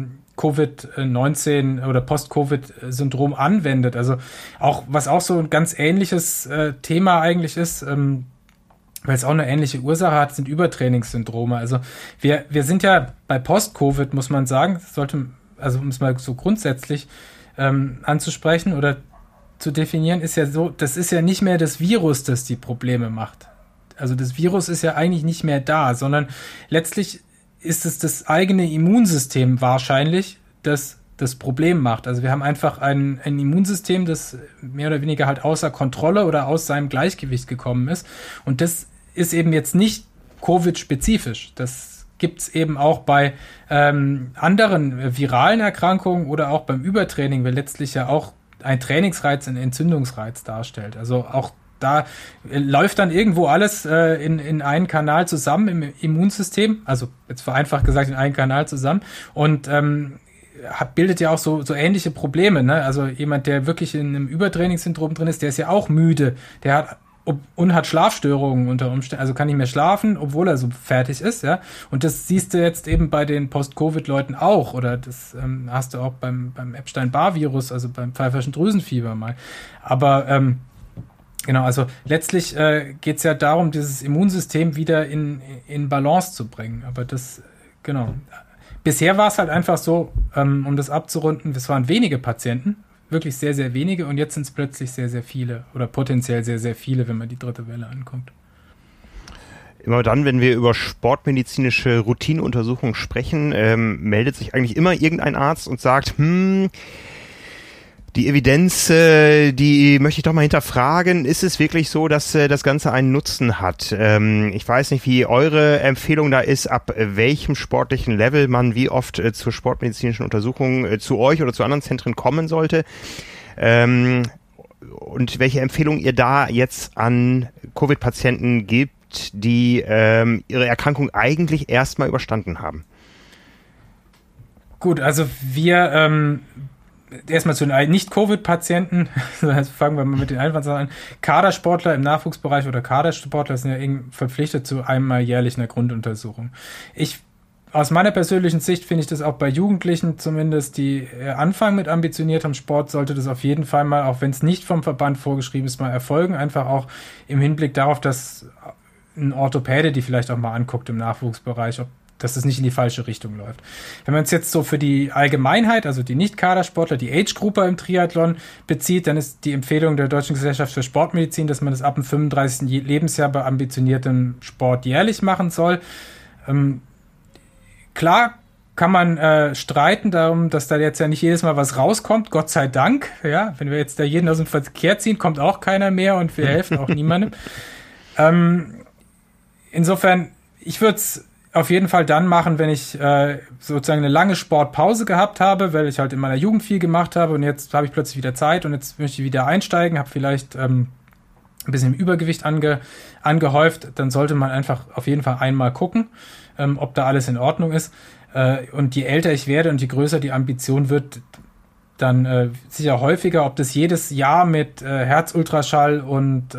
S2: Covid-19 oder Post-Covid-Syndrom anwendet. Also auch, was auch so ein ganz ähnliches Thema eigentlich ist, weil es auch eine ähnliche Ursache hat, sind Übertrainingssyndrome. Also wir sind ja bei Post-Covid, muss man sagen, um es mal so grundsätzlich anzusprechen oder zu definieren, ist ja so, das ist ja nicht mehr das Virus, das die Probleme macht. Also das Virus ist ja eigentlich nicht mehr da, sondern letztlich ist es das eigene Immunsystem wahrscheinlich, das das Problem macht. Also wir haben einfach ein Immunsystem, das mehr oder weniger halt außer Kontrolle oder aus seinem Gleichgewicht gekommen ist. Und das ist eben jetzt nicht Covid-spezifisch. Das gibt es eben auch bei anderen viralen Erkrankungen oder auch beim Übertraining, weil letztlich ja auch ein Trainingsreiz einen Entzündungsreiz darstellt. Also auch da läuft dann irgendwo alles in einen Kanal zusammen im Immunsystem, also jetzt vereinfacht gesagt in einen Kanal zusammen und bildet ja auch so ähnliche Probleme, ne? Also jemand, der wirklich in einem Übertrainingssyndrom drin ist, der ist ja auch müde, der hat und hat Schlafstörungen unter Umständen, also kann nicht mehr schlafen, obwohl er so fertig ist, ja. Und das siehst du jetzt eben bei den Post-Covid-Leuten auch, oder das hast du auch beim Epstein-Barr-Virus, also beim pfeiferschen Drüsenfieber mal. Aber genau, also letztlich geht es ja darum, dieses Immunsystem wieder in Balance zu bringen. Aber das, genau. Bisher war es halt einfach so, um das abzurunden, es waren wenige Patienten, wirklich sehr, sehr wenige, und jetzt sind es plötzlich sehr, sehr viele oder potenziell sehr, sehr viele, wenn man die dritte Welle anguckt.
S1: Immer dann, wenn wir über sportmedizinische Routineuntersuchungen sprechen, meldet sich eigentlich immer irgendein Arzt und sagt, die Evidenz, die möchte ich doch mal hinterfragen. Ist es wirklich so, dass das Ganze einen Nutzen hat? Ich weiß nicht, wie eure Empfehlung da ist, ab welchem sportlichen Level man wie oft zur sportmedizinischen Untersuchung zu euch oder zu anderen Zentren kommen sollte. Und welche Empfehlung ihr da jetzt an Covid-Patienten gibt, die ihre Erkrankung eigentlich erstmal überstanden haben.
S2: Gut, also wir erstmal zu den Nicht-Covid-Patienten, also fangen wir mal mit den Einwandssachen an. Kadersportler im Nachwuchsbereich oder Kadersportler sind ja verpflichtet zu einmal jährlich einer Grunduntersuchung. Aus meiner persönlichen Sicht finde ich das auch bei Jugendlichen zumindest, die anfangen mit ambitioniertem Sport, sollte das auf jeden Fall mal, auch wenn es nicht vom Verband vorgeschrieben ist, mal erfolgen. Einfach auch im Hinblick darauf, dass ein Orthopäde die vielleicht auch mal anguckt im Nachwuchsbereich, dass es nicht in die falsche Richtung läuft. Wenn man es jetzt so für die Allgemeinheit, also die Nicht-Kadersportler, die Age-Grupper im Triathlon bezieht, dann ist die Empfehlung der Deutschen Gesellschaft für Sportmedizin, dass man das ab dem 35. Lebensjahr bei ambitioniertem Sport jährlich machen soll. Klar kann man streiten darum, dass da jetzt ja nicht jedes Mal was rauskommt, Gott sei Dank. Ja, wenn wir jetzt da jeden aus dem Verkehr ziehen, kommt auch keiner mehr und wir helfen auch niemandem. Insofern, ich würde es auf jeden Fall dann machen, wenn ich sozusagen eine lange Sportpause gehabt habe, weil ich halt in meiner Jugend viel gemacht habe und jetzt habe ich plötzlich wieder Zeit und jetzt möchte ich wieder einsteigen, habe vielleicht ein bisschen im Übergewicht angehäuft, dann sollte man einfach auf jeden Fall einmal gucken, ob da alles in Ordnung ist. Und je älter ich werde und je größer die Ambition wird, dann sicher häufiger, ob das jedes Jahr mit Herzultraschall und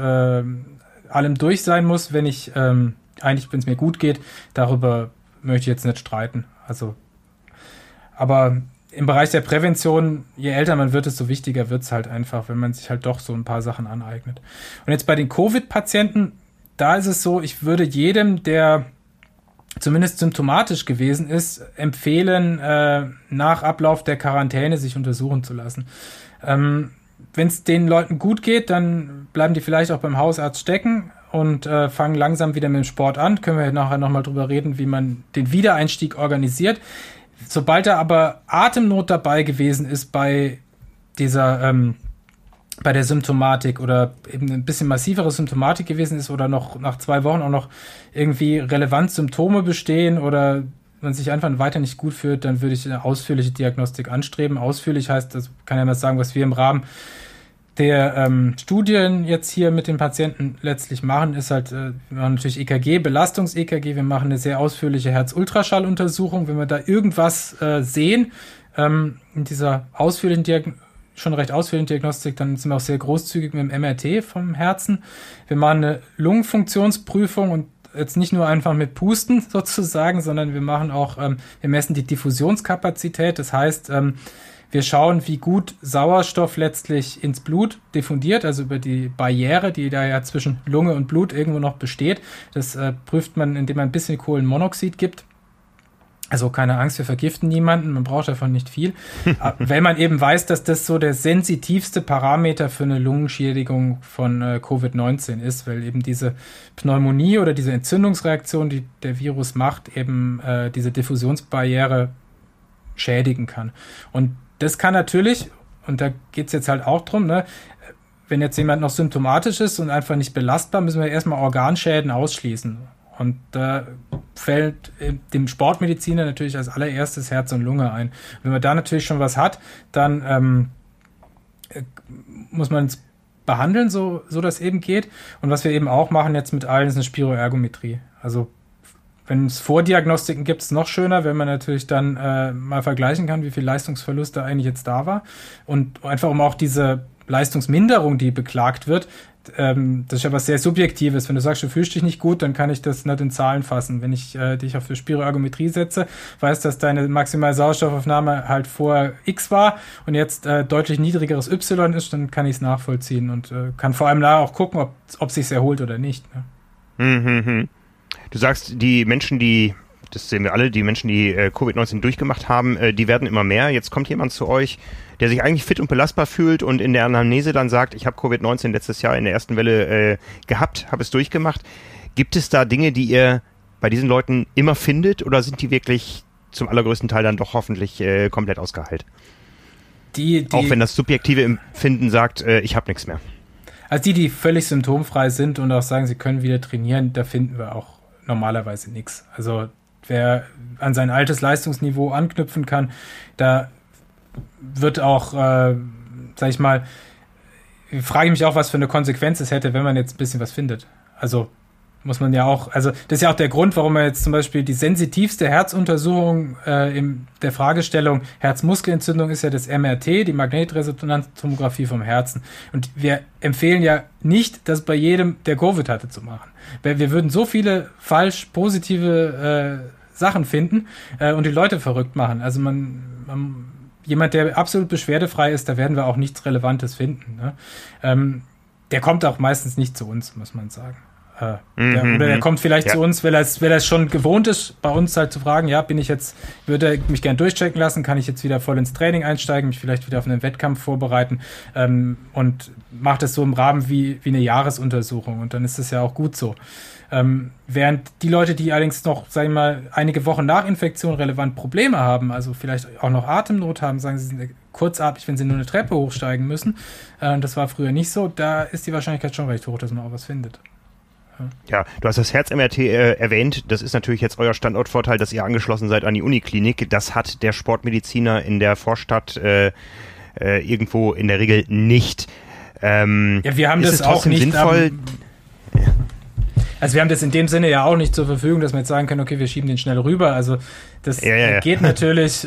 S2: allem durch sein muss, wenn ich eigentlich, wenn es mir gut geht, darüber möchte ich jetzt nicht streiten. Also, aber im Bereich der Prävention, je älter man wird, desto wichtiger wird es halt einfach, wenn man sich halt doch so ein paar Sachen aneignet. Und jetzt bei den Covid-Patienten, da ist es so, ich würde jedem, der zumindest symptomatisch gewesen ist, empfehlen, nach Ablauf der Quarantäne sich untersuchen zu lassen. Wenn es den Leuten gut geht, dann bleiben die vielleicht auch beim Hausarzt stecken und fangen langsam wieder mit dem Sport an. Können wir nachher nochmal drüber reden, wie man den Wiedereinstieg organisiert. Sobald da aber Atemnot dabei gewesen ist bei dieser, bei der Symptomatik oder eben ein bisschen massivere Symptomatik gewesen ist oder noch nach 2 Wochen auch noch irgendwie relevant Symptome bestehen oder man sich einfach weiter nicht gut fühlt, dann würde ich eine ausführliche Diagnostik anstreben. Ausführlich heißt, das kann ja mal sagen, was wir im Rahmen der Studien jetzt hier mit den Patienten letztlich machen, ist halt, wir machen natürlich EKG, Belastungs-EKG, wir machen eine sehr ausführliche Herz-Ultraschall-Untersuchung. Wenn wir da irgendwas sehen, in dieser schon recht ausführlichen Diagnostik, dann sind wir auch sehr großzügig mit dem MRT vom Herzen. Wir machen eine Lungenfunktionsprüfung und jetzt nicht nur einfach mit Pusten sozusagen, sondern wir machen auch, wir messen die Diffusionskapazität. Das heißt, wir schauen, wie gut Sauerstoff letztlich ins Blut diffundiert, also über die Barriere, die da ja zwischen Lunge und Blut irgendwo noch besteht. Das prüft man, indem man ein bisschen Kohlenmonoxid gibt. Also keine Angst, wir vergiften niemanden, man braucht davon nicht viel. Weil man eben weiß, dass das so der sensitivste Parameter für eine Lungenschädigung von Covid-19 ist, weil eben diese Pneumonie oder diese Entzündungsreaktion, die der Virus macht, eben diese Diffusionsbarriere schädigen kann. Und das kann natürlich, und da geht es jetzt halt auch drum, ne, wenn jetzt jemand noch symptomatisch ist und einfach nicht belastbar, müssen wir erstmal Organschäden ausschließen. Und da fällt dem Sportmediziner natürlich als allererstes Herz und Lunge ein. Wenn man da natürlich schon was hat, dann muss man es behandeln, so das eben geht. Und was wir eben auch machen jetzt mit allen, ist eine Spiroergometrie. Also wenn es Vordiagnostiken gibt, ist es noch schöner, wenn man natürlich dann mal vergleichen kann, wie viel Leistungsverlust da eigentlich jetzt da war. Und einfach um auch diese Leistungsminderung, die beklagt wird. Das ist ja was sehr Subjektives. Wenn du sagst, du fühlst dich nicht gut, dann kann ich das nicht in Zahlen fassen. Wenn ich dich auf die Spiroergometrie setze, weiß, dass deine maximale Sauerstoffaufnahme halt vor X war und jetzt deutlich niedrigeres Y ist, dann kann ich es nachvollziehen und kann vor allem da auch gucken, ob es sich erholt oder nicht. Ne?
S1: Du sagst, die Menschen, das sehen wir alle, die Menschen, die Covid-19 durchgemacht haben, die werden immer mehr. Jetzt kommt jemand zu euch, der sich eigentlich fit und belastbar fühlt und in der Anamnese dann sagt, ich habe Covid-19 letztes Jahr in der ersten Welle gehabt, habe es durchgemacht. Gibt es da Dinge, die ihr bei diesen Leuten immer findet oder sind die wirklich zum allergrößten Teil dann doch hoffentlich komplett ausgeheilt? Auch wenn das subjektive Empfinden sagt, ich habe nichts mehr.
S2: Also die völlig symptomfrei sind und auch sagen, sie können wieder trainieren, da finden wir auch normalerweise nichts. Also wer an sein altes Leistungsniveau anknüpfen kann, da wird auch, sag ich mal, frage ich mich auch, was für eine Konsequenz es hätte, wenn man jetzt ein bisschen was findet. Also muss man ja auch, also das ist ja auch der Grund, warum man jetzt zum Beispiel die sensitivste Herzuntersuchung in der Fragestellung Herzmuskelentzündung ist ja das MRT, die Magnetresonanztomographie vom Herzen. Und wir empfehlen ja nicht, das bei jedem, der Covid hatte, zu machen. Weil wir würden so viele falsch positive Sachen finden und die Leute verrückt machen. Also jemand, der absolut beschwerdefrei ist, da werden wir auch nichts Relevantes finden. Ne? Der kommt auch meistens nicht zu uns, muss man sagen. Der kommt vielleicht zu uns, weil er es schon gewohnt ist, bei uns halt zu fragen, ja, würde mich gern durchchecken lassen, kann ich jetzt wieder voll ins Training einsteigen, mich vielleicht wieder auf einen Wettkampf vorbereiten und macht das so im Rahmen wie eine Jahresuntersuchung und dann ist das ja auch gut so. Während die Leute, die allerdings noch, sagen wir mal, einige Wochen nach Infektion relevant Probleme haben, also vielleicht auch noch Atemnot haben, sagen sie sind kurzatmig, wenn sie nur eine Treppe hochsteigen müssen, das war früher nicht so, da ist die Wahrscheinlichkeit schon recht hoch, dass man auch was findet.
S1: Ja, du hast das Herz-MRT erwähnt. Das ist natürlich jetzt euer Standortvorteil, dass ihr angeschlossen seid an die Uniklinik. Das hat der Sportmediziner in der Vorstadt irgendwo in der Regel nicht.
S2: Ja, wir haben das auch nicht sinnvoll. Also wir haben das in dem Sinne ja auch nicht zur Verfügung, dass wir jetzt sagen können, okay, wir schieben den schnell rüber. Also das geht natürlich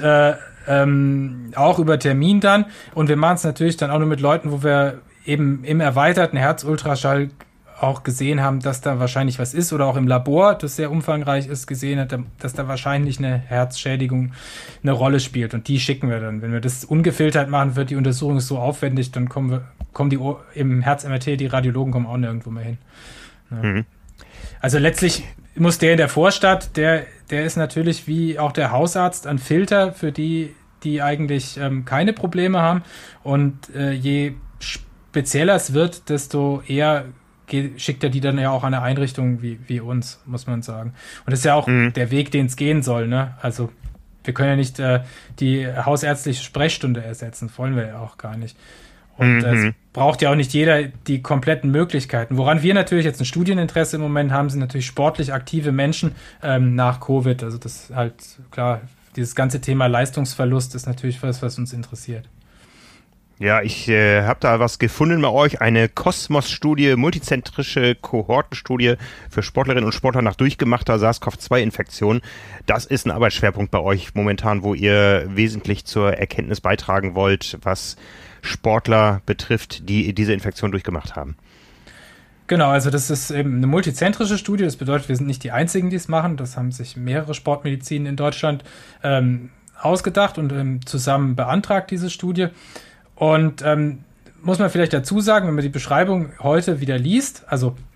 S2: auch über Termin dann. Und wir machen es natürlich dann auch nur mit Leuten, wo wir eben im erweiterten Herzultraschall auch gesehen haben, dass da wahrscheinlich was ist oder auch im Labor, das sehr umfangreich ist, gesehen hat, dass da wahrscheinlich eine Herzschädigung eine Rolle spielt und die schicken wir dann. Wenn wir das ungefiltert machen, wird die Untersuchung so aufwendig, dann kommen die im Herz-MRT, die Radiologen kommen auch nirgendwo mehr hin. Ja. Also letztlich muss der in der Vorstadt, der ist natürlich wie auch der Hausarzt ein Filter für die eigentlich keine Probleme haben und je spezieller es wird, desto eher schickt er die dann ja auch an eine Einrichtung wie uns, muss man sagen. Und das ist ja auch der Weg, den es gehen soll, ne? Also wir können ja nicht die hausärztliche Sprechstunde ersetzen, das wollen wir ja auch gar nicht. Und es braucht ja auch nicht jeder die kompletten Möglichkeiten. Woran wir natürlich jetzt ein Studieninteresse im Moment haben, sind natürlich sportlich aktive Menschen nach Covid. Also das ist halt, klar, dieses ganze Thema Leistungsverlust ist natürlich was uns interessiert.
S1: Ja, ich habe da was gefunden bei euch, eine Kosmos-Studie, multizentrische Kohortenstudie für Sportlerinnen und Sportler nach durchgemachter SARS-CoV-2-Infektion. Das ist ein Arbeitsschwerpunkt bei euch momentan, wo ihr wesentlich zur Erkenntnis beitragen wollt, was Sportler betrifft, die diese Infektion durchgemacht haben.
S2: Genau, also das ist eben eine multizentrische Studie, das bedeutet, wir sind nicht die Einzigen, die es machen, das haben sich mehrere Sportmedizinen in Deutschland ausgedacht und zusammen beantragt, diese Studie. Und muss man vielleicht dazu sagen, wenn man die Beschreibung heute wieder liest,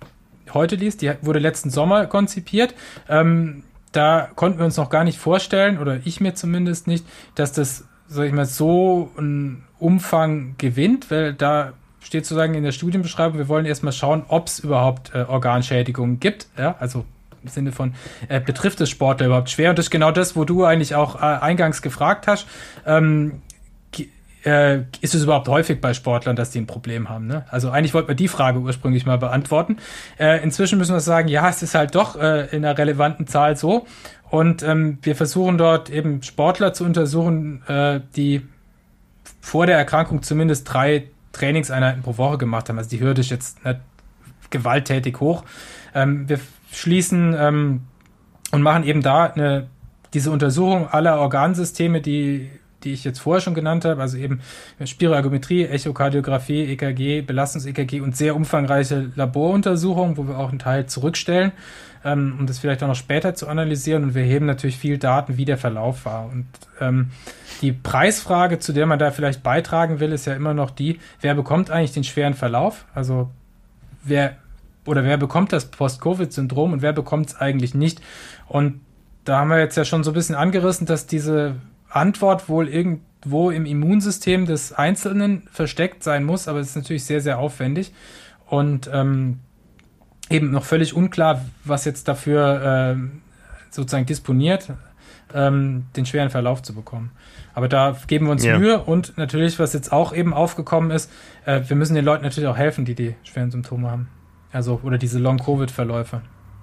S2: die wurde letzten Sommer konzipiert, da konnten wir uns noch gar nicht vorstellen, oder ich mir zumindest nicht, dass das, sag ich mal, so einen Umfang gewinnt, weil da steht sozusagen in der Studienbeschreibung, wir wollen erstmal schauen, ob es überhaupt Organschädigungen gibt, ja, also im Sinne von, betrifft es Sportler überhaupt schwer? Und das ist genau das, wo du eigentlich auch eingangs gefragt hast, ist es überhaupt häufig bei Sportlern, dass die ein Problem haben? Ne? Also eigentlich wollten wir die Frage ursprünglich mal beantworten. Inzwischen müssen wir sagen, ja, es ist halt doch in einer relevanten Zahl so. Und wir versuchen dort eben Sportler zu untersuchen, die vor der Erkrankung zumindest 3 Trainingseinheiten pro Woche gemacht haben. Also die Hürde ist jetzt nicht gewalttätig hoch. Wir schließen und machen eben da diese Untersuchung aller Organsysteme, die die ich jetzt vorher schon genannt habe, also eben Spiroergometrie, Echokardiographie, EKG, Belastungs-EKG und sehr umfangreiche Laboruntersuchungen, wo wir auch einen Teil zurückstellen, um das vielleicht auch noch später zu analysieren. Und wir heben natürlich viel Daten, wie der Verlauf war. Und die Preisfrage, zu der man da vielleicht beitragen will, ist ja immer noch die, wer bekommt eigentlich den schweren Verlauf? Also wer bekommt das Post-Covid-Syndrom und wer bekommt es eigentlich nicht? Und da haben wir jetzt ja schon so ein bisschen angerissen, dass diese Antwort wohl irgendwo im Immunsystem des Einzelnen versteckt sein muss, aber es ist natürlich sehr, sehr aufwendig und eben noch völlig unklar, was jetzt dafür sozusagen disponiert, den schweren Verlauf zu bekommen. Aber da geben wir uns Mühe und natürlich, was jetzt auch eben aufgekommen ist, wir müssen den Leuten natürlich auch helfen, die schweren Symptome haben. Also, oder diese Long-Covid-Verläufe.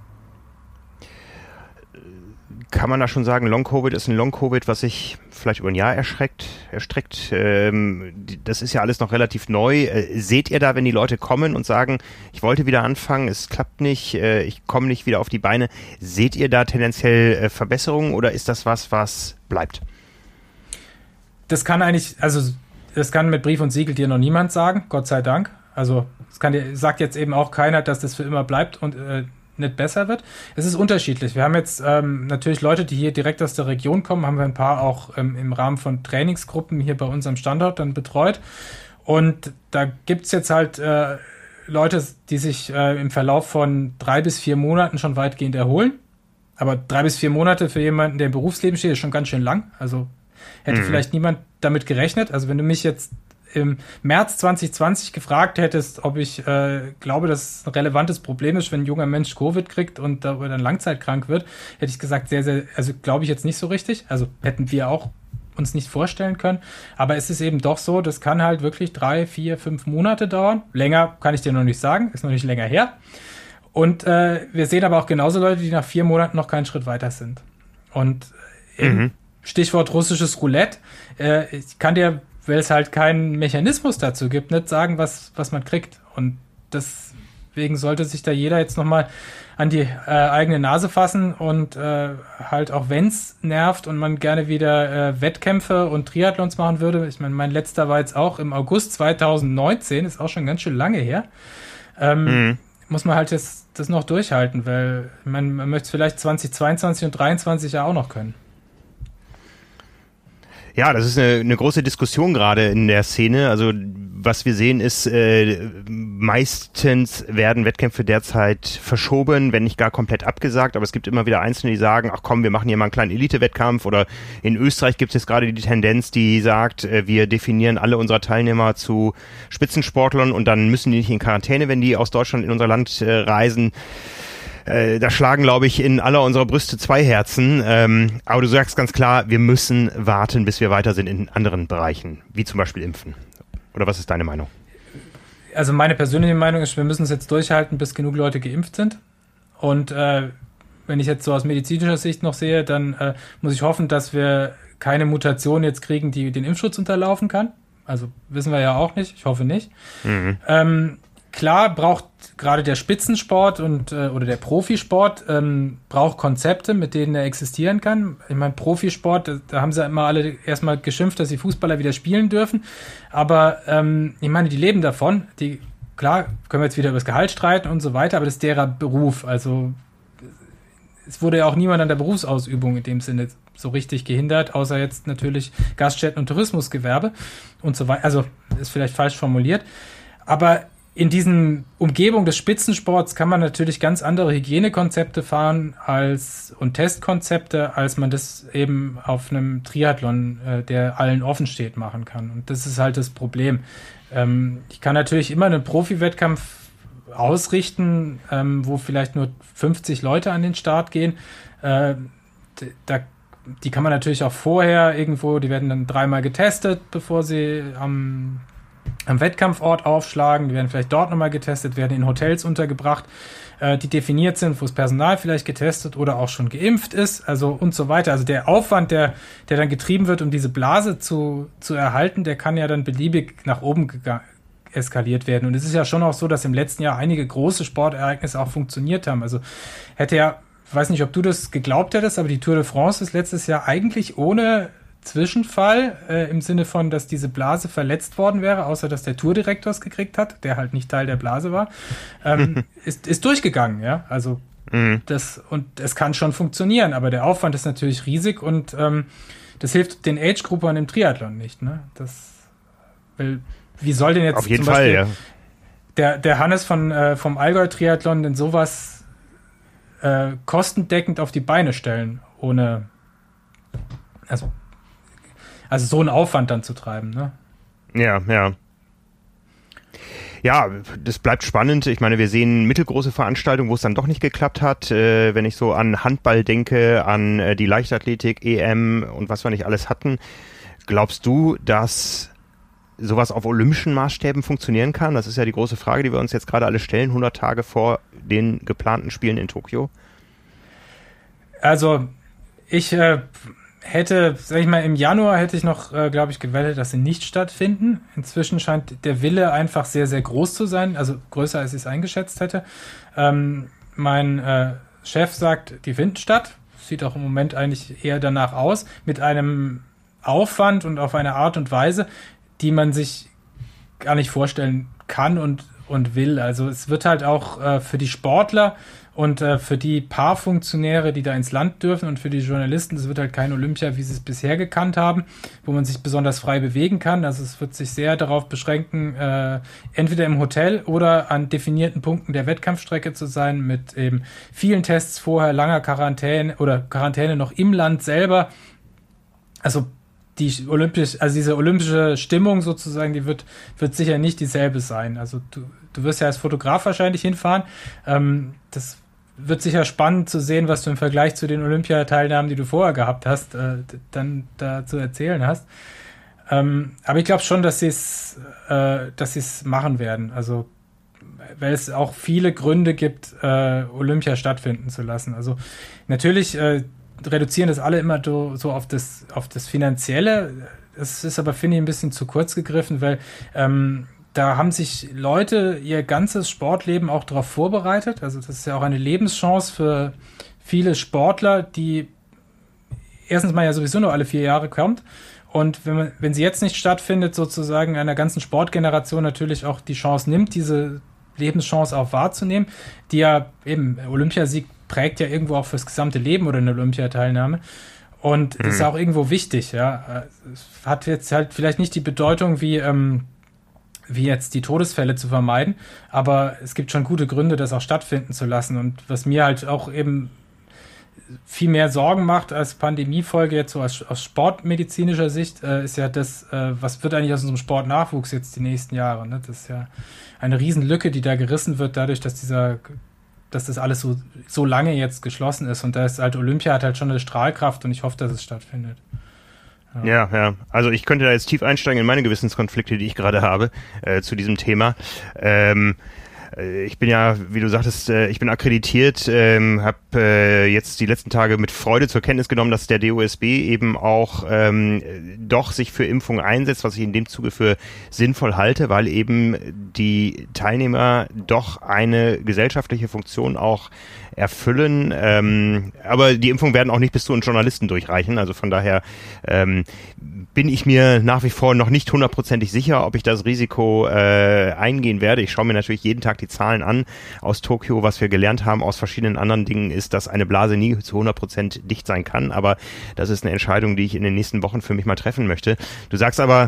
S1: Kann man da schon sagen, Long-Covid ist ein Long-Covid, was sich vielleicht über ein Jahr erstreckt? Das ist ja alles noch relativ neu. Seht ihr da, wenn die Leute kommen und sagen, ich wollte wieder anfangen, es klappt nicht, ich komme nicht wieder auf die Beine, seht ihr da tendenziell Verbesserungen oder ist das was bleibt?
S2: Das kann mit Brief und Siegel dir noch niemand sagen, Gott sei Dank. Also sagt jetzt eben auch keiner, dass das für immer bleibt und nicht besser wird. Es ist unterschiedlich. Wir haben jetzt natürlich Leute, die hier direkt aus der Region kommen, haben wir ein paar auch im Rahmen von Trainingsgruppen hier bei uns am Standort dann betreut. Und da gibt's jetzt halt Leute, die sich im Verlauf von 3 bis 4 Monaten schon weitgehend erholen. Aber 3 bis 4 Monate für jemanden, der im Berufsleben steht, ist schon ganz schön lang. Also hätte vielleicht niemand damit gerechnet. Also wenn du mich jetzt im März 2020 gefragt hättest, ob ich glaube, dass es ein relevantes Problem ist, wenn ein junger Mensch Covid kriegt und darüber dann langzeitkrank wird, hätte ich gesagt, sehr, sehr, also glaube ich jetzt nicht so richtig. Also hätten wir auch uns nicht vorstellen können. Aber es ist eben doch so, das kann halt wirklich 3, 4, 5 Monate dauern. Länger kann ich dir noch nicht sagen, ist noch nicht länger her. Und wir sehen aber auch genauso Leute, die nach 4 Monaten noch keinen Schritt weiter sind. Und Stichwort russisches Roulette. Ich kann dir, weil es halt keinen Mechanismus dazu gibt, nicht sagen, was man kriegt. Und deswegen sollte sich da jeder jetzt nochmal an die eigene Nase fassen und halt auch wenn es nervt und man gerne wieder Wettkämpfe und Triathlons machen würde. Ich meine, mein letzter war jetzt auch im August 2019, ist auch schon ganz schön lange her. Muss man halt das noch durchhalten, weil man möchte es vielleicht 2022 und 2023 ja auch noch können.
S1: Ja, das ist eine große Diskussion gerade in der Szene. Also was wir sehen ist, meistens werden Wettkämpfe derzeit verschoben, wenn nicht gar komplett abgesagt. Aber es gibt immer wieder Einzelne, die sagen, ach komm, wir machen hier mal einen kleinen Elite-Wettkampf. Oder in Österreich gibt es jetzt gerade die Tendenz, die sagt, wir definieren alle unserer Teilnehmer zu Spitzensportlern und dann müssen die nicht in Quarantäne, wenn die aus Deutschland in unser Land reisen. Da schlagen, glaube ich, in aller unserer Brüste 2 Herzen. Aber du sagst ganz klar, wir müssen warten, bis wir weiter sind in anderen Bereichen, wie zum Beispiel Impfen. Oder was ist deine Meinung?
S2: Also meine persönliche Meinung ist, wir müssen es jetzt durchhalten, bis genug Leute geimpft sind. Und wenn ich jetzt so aus medizinischer Sicht noch sehe, dann muss ich hoffen, dass wir keine Mutation jetzt kriegen, die den Impfschutz unterlaufen kann. Also wissen wir ja auch nicht. Ich hoffe nicht. Klar braucht gerade der Spitzensport oder der Profisport braucht Konzepte, mit denen er existieren kann. Ich meine, Profisport, da haben sie immer alle erstmal geschimpft, dass die Fußballer wieder spielen dürfen. Aber ich meine, die leben davon. Klar, können wir jetzt wieder über das Gehalt streiten und so weiter, aber das ist derer Beruf. Also es wurde ja auch niemand an der Berufsausübung in dem Sinne so richtig gehindert, außer jetzt natürlich Gaststätten- und Tourismusgewerbe und so weiter. Also ist vielleicht falsch formuliert. Aber in diesen Umgebung des Spitzensports kann man natürlich ganz andere Hygienekonzepte fahren und Testkonzepte, als man das eben auf einem Triathlon, der allen offen steht, machen kann. Und das ist halt das Problem. Ich kann natürlich immer einen Profi-Wettkampf ausrichten, wo vielleicht nur 50 Leute an den Start gehen. Die kann man natürlich auch vorher irgendwo, die werden dann 3-mal getestet, bevor sie am Wettkampfort aufschlagen, die werden vielleicht dort nochmal getestet, werden in Hotels untergebracht, die definiert sind, wo das Personal vielleicht getestet oder auch schon geimpft ist, also und so weiter. Also der Aufwand, der dann getrieben wird, um diese Blase zu erhalten, der kann ja dann beliebig nach oben eskaliert werden. Und es ist ja schon auch so, dass im letzten Jahr einige große Sportereignisse auch funktioniert haben. Also ich weiß nicht, ob du das geglaubt hättest, aber die Tour de France ist letztes Jahr eigentlich ohne Zwischenfall im Sinne von, dass diese Blase verletzt worden wäre, außer dass der Tourdirektor es gekriegt hat, der halt nicht Teil der Blase war, ist durchgegangen, ja, also und es kann schon funktionieren, aber der Aufwand ist natürlich riesig und das hilft den Age-Gruppern im Triathlon nicht, ne? Weil, wie soll denn jetzt
S1: auf jeden Fall,
S2: der Hannes vom Allgäu-Triathlon denn sowas kostendeckend auf die Beine stellen, ohne also so einen Aufwand dann zu treiben, ne?
S1: Ja. Ja, das bleibt spannend. Ich meine, wir sehen mittelgroße Veranstaltungen, wo es dann doch nicht geklappt hat. Wenn ich so an Handball denke, an die Leichtathletik, EM und was wir nicht alles hatten. Glaubst du, dass sowas auf olympischen Maßstäben funktionieren kann? Das ist ja die große Frage, die wir uns jetzt gerade alle stellen, 100 Tage vor den geplanten Spielen in Tokio.
S2: Also, ich hätte, sag ich mal, im Januar hätte ich noch, glaube ich, gewettet, dass sie nicht stattfinden. Inzwischen scheint der Wille einfach sehr, sehr groß zu sein, also größer, als ich es eingeschätzt hätte. Mein Chef sagt, die finden statt. Sieht auch im Moment eigentlich eher danach aus, mit einem Aufwand und auf eine Art und Weise, die man sich gar nicht vorstellen kann und will. Also es wird halt auch für die Sportler und für die paar Funktionäre, die da ins Land dürfen und für die Journalisten, es wird halt kein Olympia, wie sie es bisher gekannt haben, wo man sich besonders frei bewegen kann. Also es wird sich sehr darauf beschränken, entweder im Hotel oder an definierten Punkten der Wettkampfstrecke zu sein, mit eben vielen Tests vorher, langer Quarantäne noch im Land selber. Also diese olympische Stimmung sozusagen, die wird sicher nicht dieselbe sein. Also du wirst ja als Fotograf wahrscheinlich hinfahren. Das wird sicher spannend zu sehen, was du im Vergleich zu den Olympiateilnahmen, die du vorher gehabt hast, dann da zu erzählen hast. Aber ich glaube schon, dass sie es machen werden. Also weil es auch viele Gründe gibt, Olympia stattfinden zu lassen. Also natürlich reduzieren das alle immer so auf das Finanzielle. Das ist aber, finde ich, ein bisschen zu kurz gegriffen, weil da haben sich Leute ihr ganzes Sportleben auch darauf vorbereitet. Also das ist ja auch eine Lebenschance für viele Sportler, die erstens mal ja sowieso nur alle 4 Jahre kommt. Und wenn sie jetzt nicht stattfindet, sozusagen einer ganzen Sportgeneration natürlich auch die Chance nimmt, diese Lebenschance auch wahrzunehmen, die ja eben Olympiasieg prägt ja irgendwo auch fürs gesamte Leben oder eine Olympiateilnahme. Und ist auch irgendwo wichtig, ja. Es hat jetzt halt vielleicht nicht die Bedeutung wie jetzt die Todesfälle zu vermeiden, aber es gibt schon gute Gründe, das auch stattfinden zu lassen. Und was mir halt auch eben viel mehr Sorgen macht als Pandemiefolge jetzt so aus sportmedizinischer Sicht, ist ja das, was wird eigentlich aus unserem Sportnachwuchs jetzt die nächsten Jahre, ne? Das ist ja eine Riesenlücke, die da gerissen wird, dadurch, dass das alles so lange jetzt geschlossen ist. Und da ist halt Olympia hat halt schon eine Strahlkraft und ich hoffe, dass es stattfindet.
S1: Ja. Also ich könnte da jetzt tief einsteigen in meine Gewissenskonflikte, die ich gerade habe zu diesem Thema. Ich bin ja, wie du sagtest, ich bin akkreditiert, habe jetzt die letzten Tage mit Freude zur Kenntnis genommen, dass der DOSB eben auch doch sich für Impfungen einsetzt, was ich in dem Zuge für sinnvoll halte, weil eben die Teilnehmer doch eine gesellschaftliche Funktion auch erfüllen. Aber die Impfungen werden auch nicht bis zu uns Journalisten durchreichen. Also von daher bin ich mir nach wie vor noch nicht 100%ig sicher, ob ich das Risiko eingehen werde. Ich schaue mir natürlich jeden Tag die Zahlen an aus Tokio. Was wir gelernt haben aus verschiedenen anderen Dingen ist, dass eine Blase nie zu 100% dicht sein kann. Aber das ist eine Entscheidung, die ich in den nächsten Wochen für mich mal treffen möchte. Du sagst aber,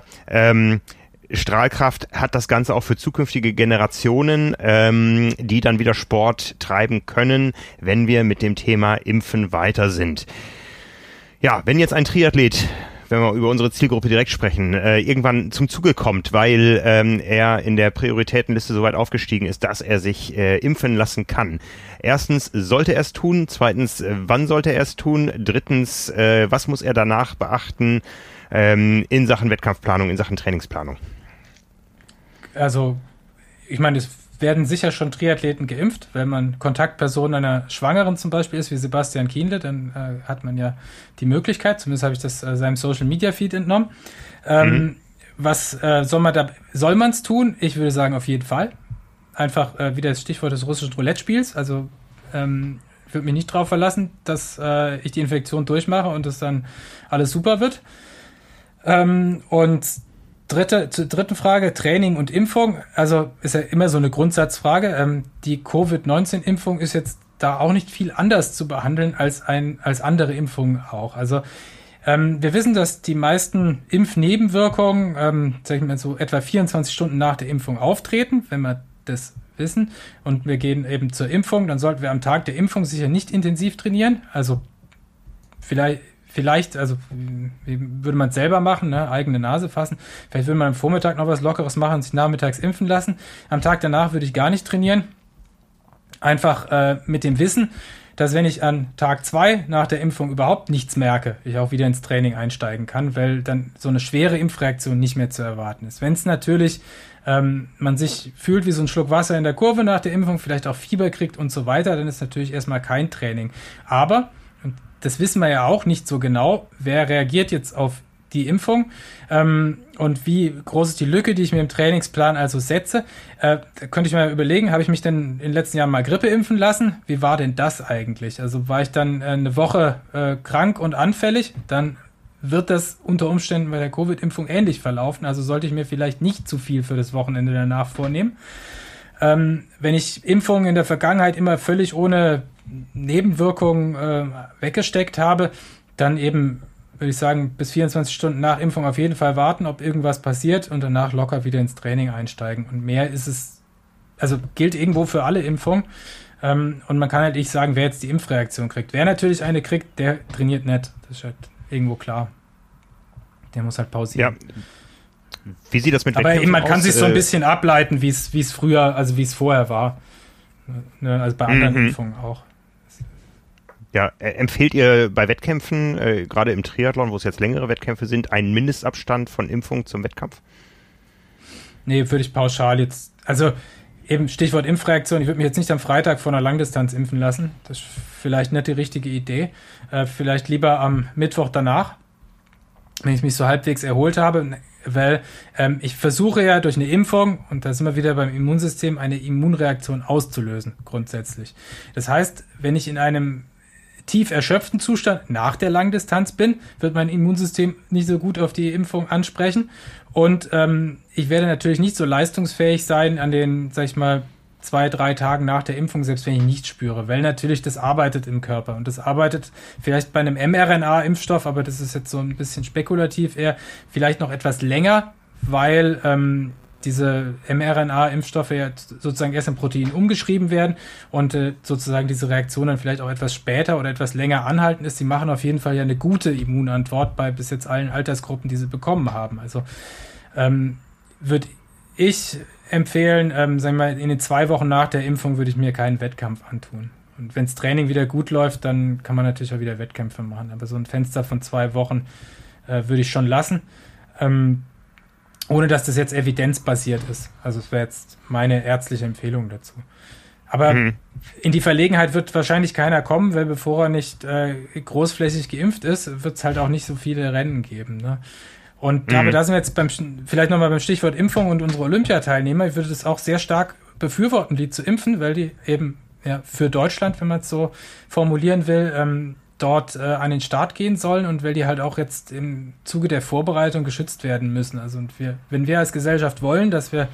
S1: Strahlkraft hat das Ganze auch für zukünftige Generationen, die dann wieder Sport treiben können, wenn wir mit dem Thema Impfen weiter sind. Ja, wenn jetzt ein Triathlet, wenn wir über unsere Zielgruppe direkt sprechen, irgendwann zum Zuge kommt, weil er in der Prioritätenliste so weit aufgestiegen ist, dass er sich impfen lassen kann. Erstens, sollte er es tun? Zweitens, wann sollte er es tun? Drittens, was muss er danach beachten in Sachen Wettkampfplanung, in Sachen Trainingsplanung?
S2: Also, ich meine, es werden sicher schon Triathleten geimpft. Wenn man Kontaktperson einer Schwangeren zum Beispiel ist, wie Sebastian Kienle, dann hat man ja die Möglichkeit, zumindest habe ich das seinem Social-Media-Feed entnommen. Was soll man es tun? Ich würde sagen, auf jeden Fall. Einfach wieder das Stichwort des russischen Roulette-Spiels. Also, ich würde mich nicht darauf verlassen, dass ich die Infektion durchmache und es dann alles super wird. Und zur dritten Frage, Training und Impfung. Also ist ja immer so eine Grundsatzfrage. Die Covid-19-Impfung ist jetzt da auch nicht viel anders zu behandeln als andere Impfungen auch. Also wir wissen, dass die meisten Impfnebenwirkungen, sag ich mal so etwa 24 Stunden nach der Impfung auftreten, wenn wir das wissen. Und wir gehen eben zur Impfung, dann sollten wir am Tag der Impfung sicher nicht intensiv trainieren. Also vielleicht, also wie würde man es selber machen, ne? Eigene Nase fassen. Vielleicht würde man am Vormittag noch was Lockeres machen und sich nachmittags impfen lassen. Am Tag danach würde ich gar nicht trainieren. Einfach mit dem Wissen, dass wenn ich an Tag 2 nach der Impfung überhaupt nichts merke, ich auch wieder ins Training einsteigen kann, weil dann so eine schwere Impfreaktion nicht mehr zu erwarten ist. Wenn es natürlich man sich fühlt wie so ein Schluck Wasser in der Kurve nach der Impfung, vielleicht auch Fieber kriegt und so weiter, dann ist natürlich erstmal kein Training. Aber, und das wissen wir ja auch nicht so genau, wer reagiert jetzt auf die Impfung und wie groß ist die Lücke, die ich mir im Trainingsplan also setze. Da könnte ich mal überlegen, habe ich mich denn in den letzten Jahren mal Grippe impfen lassen? Wie war denn das eigentlich? Also war ich dann eine Woche krank und anfällig, dann wird das unter Umständen bei der Covid-Impfung ähnlich verlaufen. Also sollte ich mir vielleicht nicht zu viel für das Wochenende danach vornehmen. Wenn ich Impfungen in der Vergangenheit immer völlig ohne Nebenwirkungen weggesteckt habe, dann eben würde ich sagen, bis 24 Stunden nach Impfung auf jeden Fall warten, ob irgendwas passiert und danach locker wieder ins Training einsteigen. Und mehr ist es, also gilt irgendwo für alle Impfungen. Und man kann halt nicht sagen, wer jetzt die Impfreaktion kriegt. Wer natürlich eine kriegt, der trainiert nicht. Das ist halt irgendwo klar. Der muss halt pausieren.
S1: Ja. Wie sieht das mit
S2: Wettkämpfen aus? Aber eben, man kann sich so ein bisschen ableiten, wie es früher, also wie es vorher war. Ne, also bei anderen Impfungen auch.
S1: Ja, empfehlt ihr bei Wettkämpfen, gerade im Triathlon, wo es jetzt längere Wettkämpfe sind, einen Mindestabstand von Impfung zum Wettkampf?
S2: Nee, würde ich pauschal jetzt, also eben Stichwort Impfreaktion, ich würde mich jetzt nicht am Freitag vor einer Langdistanz impfen lassen. Das ist vielleicht nicht die richtige Idee. Vielleicht lieber am Mittwoch danach, wenn ich mich so halbwegs erholt habe, weil ich versuche ja durch eine Impfung, und da sind wir wieder beim Immunsystem, eine Immunreaktion auszulösen, grundsätzlich. Das heißt, wenn ich in einem tief erschöpften Zustand nach der Langdistanz bin, wird mein Immunsystem nicht so gut auf die Impfung ansprechen. Und ich werde natürlich nicht so leistungsfähig sein an den, sag ich mal, 2-3 Tagen nach der Impfung, selbst wenn ich nichts spüre, weil natürlich das arbeitet im Körper. Und das arbeitet vielleicht bei einem mRNA-Impfstoff, aber das ist jetzt so ein bisschen spekulativ eher, vielleicht noch etwas länger, weil diese mRNA-Impfstoffe ja sozusagen erst in Protein umgeschrieben werden und sozusagen diese Reaktion dann vielleicht auch etwas später oder etwas länger anhalten ist. Sie machen auf jeden Fall ja eine gute Immunantwort bei bis jetzt allen Altersgruppen, die sie bekommen haben. Also würde ich empfehlen, sagen wir mal, in den 2 Wochen nach der Impfung würde ich mir keinen Wettkampf antun. Und wenn das Training wieder gut läuft, dann kann man natürlich auch wieder Wettkämpfe machen. Aber so ein Fenster von 2 Wochen würde ich schon lassen. Ohne dass das jetzt evidenzbasiert ist. Also es wäre jetzt meine ärztliche Empfehlung dazu. Aber in die Verlegenheit wird wahrscheinlich keiner kommen, weil bevor er nicht großflächig geimpft ist, wird es halt auch nicht so viele Rennen geben. Ne? Und aber da sind wir jetzt vielleicht nochmal beim Stichwort Impfung und unsere Olympiateilnehmer. Ich würde das auch sehr stark befürworten, die zu impfen, weil die eben ja, für Deutschland, wenn man es so formulieren will, dort an den Start gehen sollen und weil die halt auch jetzt im Zuge der Vorbereitung geschützt werden müssen. Also und wenn wir als Gesellschaft wollen, dass wir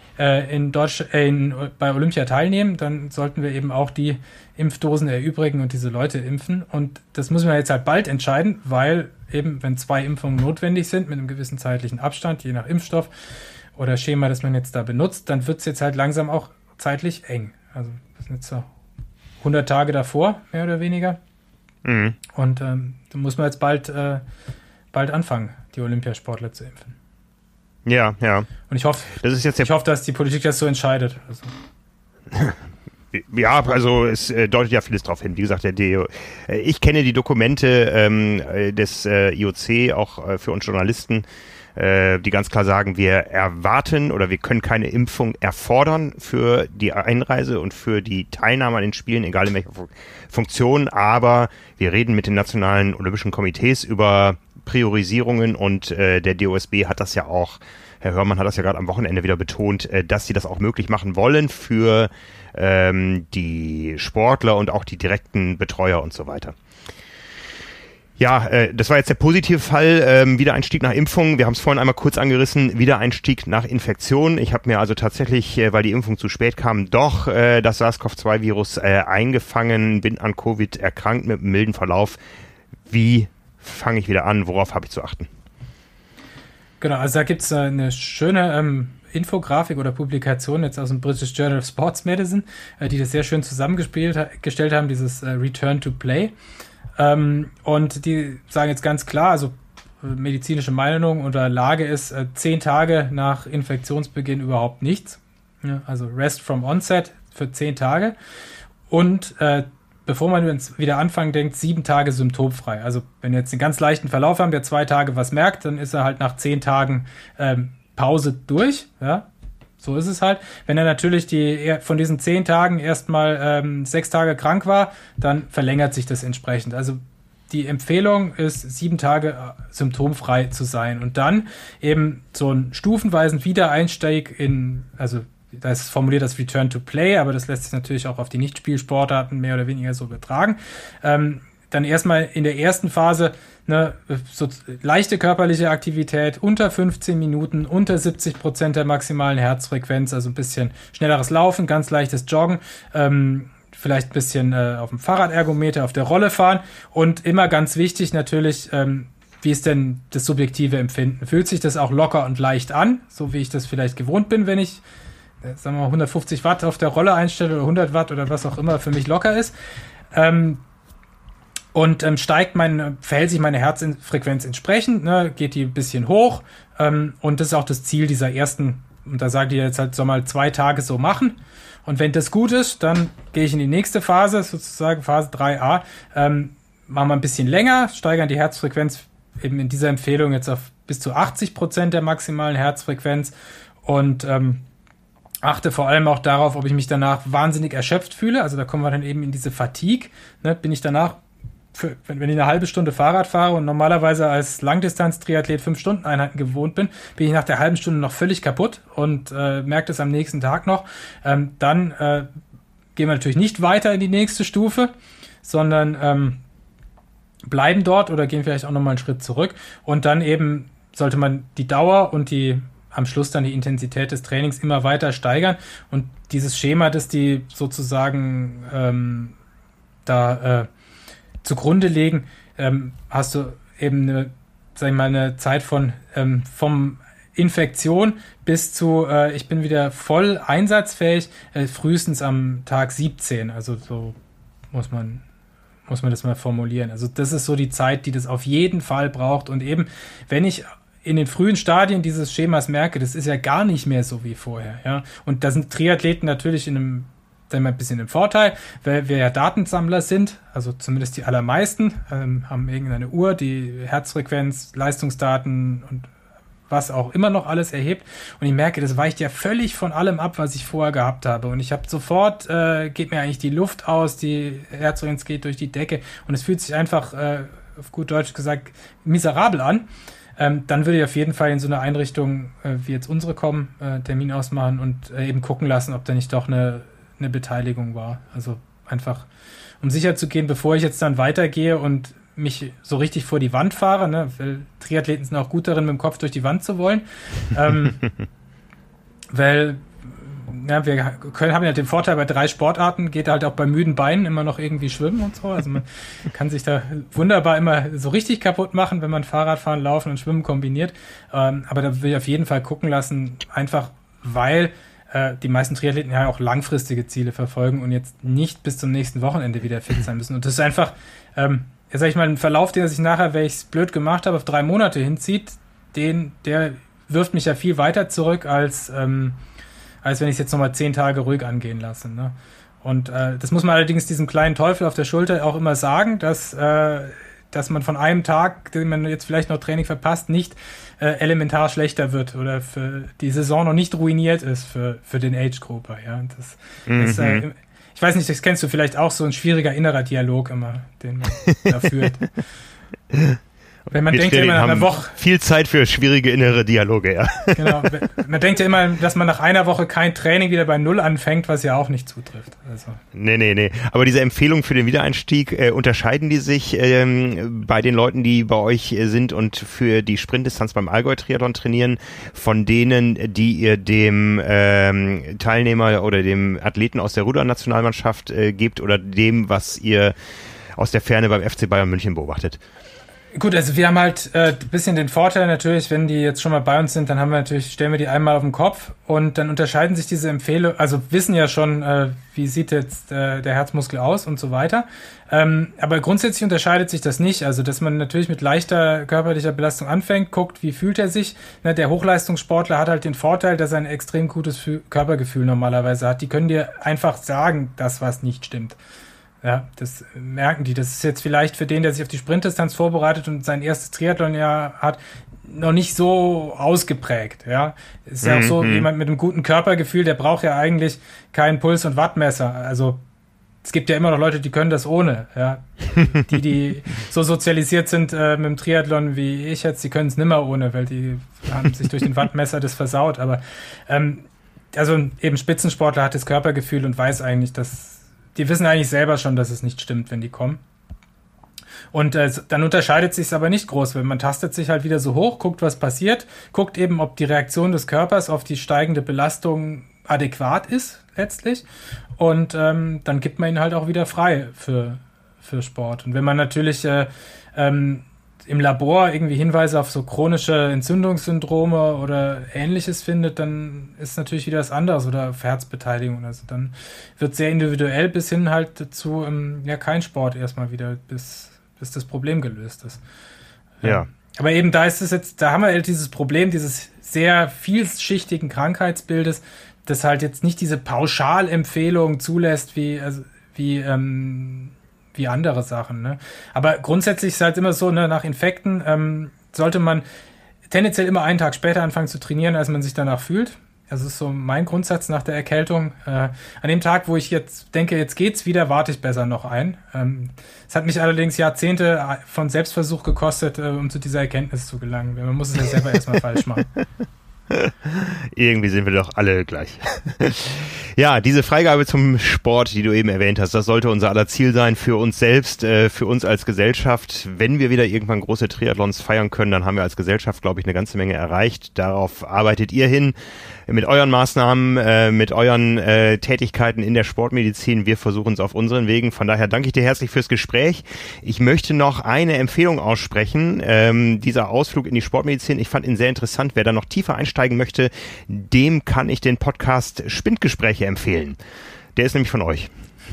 S2: bei Olympia teilnehmen, dann sollten wir eben auch die Impfdosen erübrigen und diese Leute impfen. Und das müssen wir jetzt halt bald entscheiden, weil eben, wenn 2 Impfungen notwendig sind, mit einem gewissen zeitlichen Abstand, je nach Impfstoff oder Schema, das man jetzt da benutzt, dann wird es jetzt halt langsam auch zeitlich eng. Also das sind jetzt so 100 Tage davor, mehr oder weniger. Und da muss man jetzt bald anfangen, die Olympiasportler zu impfen.
S1: Ja, ja.
S2: Und ich hoffe, dass die Politik das so entscheidet. Also.
S1: Ja, also es deutet ja vieles drauf hin. Wie gesagt, ich kenne die Dokumente des IOC auch für uns Journalisten, die ganz klar sagen, wir erwarten oder wir können keine Impfung erfordern für die Einreise und für die Teilnahme an den Spielen, egal in welcher Funktion, aber wir reden mit den nationalen Olympischen Komitees über Priorisierungen und der DOSB hat das ja auch, Herr Hörmann hat das ja gerade am Wochenende wieder betont, dass sie das auch möglich machen wollen für die Sportler und auch die direkten Betreuer und so weiter. Ja, das war jetzt der positive Fall, Wiedereinstieg nach Impfung. Wir haben es vorhin einmal kurz angerissen, Wiedereinstieg nach Infektion. Ich habe mir also tatsächlich, weil die Impfung zu spät kam, doch das SARS-CoV-2-Virus eingefangen, bin an Covid erkrankt mit einem milden Verlauf. Wie fange ich wieder an? Worauf habe ich zu achten?
S2: Genau, also da gibt es eine schöne Infografik oder Publikation jetzt aus dem British Journal of Sports Medicine, die das sehr schön zusammengestellt haben, dieses Return to Play. Und die sagen jetzt ganz klar, also medizinische Meinung oder Lage ist 10 Tage nach Infektionsbeginn überhaupt nichts. Ja, also Rest from Onset für 10 Tage. Und bevor man wieder anfangen denkt, 7 Tage symptomfrei. Also wenn wir jetzt einen ganz leichten Verlauf haben, der 2 Tage was merkt, dann ist er halt nach 10 Tagen Pause durch. Ja, so ist es halt. Wenn er natürlich von diesen 10 Tagen erstmal 6 Tage krank war, dann verlängert sich das entsprechend. Also die Empfehlung ist, 7 Tage symptomfrei zu sein und dann eben so einen stufenweisen Wiedereinstieg also da ist formuliert das Return to Play, aber das lässt sich natürlich auch auf die Nichtspielsportarten mehr oder weniger so übertragen. Dann erstmal in der ersten Phase so leichte körperliche Aktivität, unter 15 Minuten, unter 70% der maximalen Herzfrequenz, also ein bisschen schnelleres Laufen, ganz leichtes Joggen, vielleicht ein bisschen auf dem Fahrradergometer, auf der Rolle fahren und immer ganz wichtig natürlich, wie ist denn das subjektive Empfinden? Fühlt sich das auch locker und leicht an, so wie ich das vielleicht gewohnt bin, wenn ich sagen wir mal 150 Watt auf der Rolle einstelle oder 100 Watt oder was auch immer für mich locker ist. Und verhält sich meine Herzfrequenz entsprechend, geht die ein bisschen hoch. Und das ist auch das Ziel dieser ersten, und da sagt ihr jetzt halt, soll mal 2 Tage so machen. Und wenn das gut ist, dann gehe ich in die nächste Phase, sozusagen Phase 3a, machen wir ein bisschen länger, steigern die Herzfrequenz eben in dieser Empfehlung jetzt auf bis zu 80% der maximalen Herzfrequenz und achte vor allem auch darauf, ob ich mich danach wahnsinnig erschöpft fühle. Also da kommen wir dann eben in diese Fatigue. Bin ich danach, wenn ich eine halbe Stunde Fahrrad fahre und normalerweise als Langdistanz-Triathlet 5-Stunden-Einheiten gewohnt bin ich nach der halben Stunde noch völlig kaputt und merke das am nächsten Tag noch. Dann gehen wir natürlich nicht weiter in die nächste Stufe, sondern bleiben dort oder gehen vielleicht auch nochmal einen Schritt zurück. Und dann eben sollte man die Dauer und am Schluss dann die Intensität des Trainings immer weiter steigern und dieses Schema, das die sozusagen zugrunde legen, hast du eben eine Zeit von vom Infektion bis zu ich bin wieder voll einsatzfähig, frühestens am Tag 17, also so muss man das mal formulieren. Also das ist so die Zeit, die das auf jeden Fall braucht und eben, wenn ich in den frühen Stadien dieses Schemas merke, das ist ja gar nicht mehr so wie vorher, ja. Und da sind Triathleten natürlich ein bisschen im Vorteil, weil wir ja Datensammler sind, also zumindest die allermeisten, haben irgendeine Uhr, die Herzfrequenz, Leistungsdaten und was auch immer noch alles erhebt. Und ich merke, das weicht ja völlig von allem ab, was ich vorher gehabt habe. Und ich habe sofort, geht mir eigentlich die Luft aus, die Herzfrequenz geht durch die Decke und es fühlt sich einfach, auf gut Deutsch gesagt, miserabel an. Dann würde ich auf jeden Fall in so eine Einrichtung, wie jetzt unsere kommen, Termin ausmachen und eben gucken lassen, ob da nicht doch eine Beteiligung war. Also einfach, um sicher zu gehen, bevor ich jetzt dann weitergehe und mich so richtig vor die Wand fahre, weil Triathleten sind auch gut darin, mit dem Kopf durch die Wand zu wollen. Weil wir haben ja den Vorteil, bei 3 Sportarten geht halt auch bei müden Beinen immer noch irgendwie schwimmen und so. Also man kann sich da wunderbar immer so richtig kaputt machen, wenn man Fahrradfahren, Laufen und Schwimmen kombiniert. Aber da will ich auf jeden Fall gucken lassen, einfach weil die meisten Triathleten ja auch langfristige Ziele verfolgen und jetzt nicht bis zum nächsten Wochenende wieder fit sein müssen. Und das ist einfach, sag ich mal, ein Verlauf, der sich nachher, wenn ich es blöd gemacht habe, auf 3 Monate hinzieht, der wirft mich ja viel weiter zurück, als wenn ich es jetzt nochmal 10 Tage ruhig angehen lasse. Ne? Und das muss man allerdings diesem kleinen Teufel auf der Schulter auch immer sagen, dass man von einem Tag, den man jetzt vielleicht noch Training verpasst, nicht elementar schlechter wird oder für die Saison noch nicht ruiniert ist für den Age-Grupper. Ja? Das ich weiß nicht, das kennst du vielleicht auch, so ein schwieriger innerer Dialog immer, den man da führt. Wenn man denkt ja immer nach einer Woche.
S1: Viel Zeit für schwierige innere Dialoge, ja.
S2: Genau. Man denkt ja immer, dass man nach einer Woche kein Training wieder bei Null anfängt, was ja auch nicht zutrifft. Also.
S1: Nee. Aber diese Empfehlungen für den Wiedereinstieg, unterscheiden die sich bei den Leuten, die bei euch sind und für die Sprintdistanz beim Allgäu-Triathlon trainieren, von denen, die ihr dem Teilnehmer oder dem Athleten aus der Rudernationalmannschaft gebt oder dem, was ihr aus der Ferne beim FC Bayern München beobachtet?
S2: Gut, also wir haben halt ein bisschen den Vorteil natürlich, wenn die jetzt schon mal bei uns sind, dann stellen wir die einmal auf den Kopf und dann unterscheiden sich diese Empfehlungen, also wissen ja schon, wie sieht jetzt der Herzmuskel aus und so weiter. Aber grundsätzlich unterscheidet sich das nicht, also dass man natürlich mit leichter körperlicher Belastung anfängt, guckt, wie fühlt er sich. Ne, der Hochleistungssportler hat halt den Vorteil, dass er ein extrem gutes Körpergefühl normalerweise hat. Die können dir einfach sagen, dass was nicht stimmt. Ja, das merken die. Das ist jetzt vielleicht für den, der sich auf die Sprintdistanz vorbereitet und sein erstes Triathlon-Jahr hat, noch nicht so ausgeprägt. Ja, ist ja auch so, jemand mit einem guten Körpergefühl, der braucht ja eigentlich keinen Puls- und Wattmesser. Also es gibt ja immer noch Leute, die können das ohne. Ja, die so sozialisiert sind mit dem Triathlon wie ich jetzt, die können es nimmer ohne, weil die haben sich durch den Wattmesser das versaut. Aber also eben Spitzensportler hat das Körpergefühl und weiß eigentlich, dass die wissen eigentlich selber schon, dass es nicht stimmt, wenn die kommen. Und dann unterscheidet sich es aber nicht groß, weil man tastet sich halt wieder so hoch, guckt, was passiert, guckt eben, ob die Reaktion des Körpers auf die steigende Belastung adäquat ist, letztlich. Und dann gibt man ihn halt auch wieder frei für Sport. Und wenn man natürlich im Labor irgendwie Hinweise auf so chronische Entzündungssyndrome oder Ähnliches findet, dann ist natürlich wieder was anderes oder auf Herzbeteiligung. Also dann wird sehr individuell bis hin halt zu kein Sport erstmal wieder, bis das Problem gelöst ist.
S1: Ja.
S2: Aber eben da haben wir halt dieses Problem dieses sehr vielschichtigen Krankheitsbildes, das halt jetzt nicht diese Pauschalempfehlung zulässt wie andere Sachen. Ne? Aber grundsätzlich ist es halt immer so, ne, nach Infekten sollte man tendenziell immer einen Tag später anfangen zu trainieren, als man sich danach fühlt. Das ist so mein Grundsatz nach der Erkältung. An dem Tag, wo ich jetzt denke, jetzt geht's wieder, warte ich besser noch ein. Es hat mich allerdings Jahrzehnte von Selbstversuch gekostet, um zu dieser Erkenntnis zu gelangen. Man muss es ja selber erstmal falsch machen.
S1: Irgendwie sind wir doch alle gleich. Ja, diese Freigabe zum Sport, die du eben erwähnt hast, das sollte unser aller Ziel sein für uns selbst, für uns als Gesellschaft. Wenn wir wieder irgendwann große Triathlons feiern können, dann haben wir als Gesellschaft, glaube ich, eine ganze Menge erreicht. Darauf arbeitet ihr hin mit euren Maßnahmen, mit euren Tätigkeiten in der Sportmedizin. Wir versuchen es auf unseren Wegen. Von daher danke ich dir herzlich fürs Gespräch. Ich möchte noch eine Empfehlung aussprechen. Dieser Ausflug in die Sportmedizin, ich fand ihn sehr interessant. Wer da noch tiefer einsteigen möchte, dem kann ich den Podcast Spindgespräche empfehlen. Der ist nämlich von euch.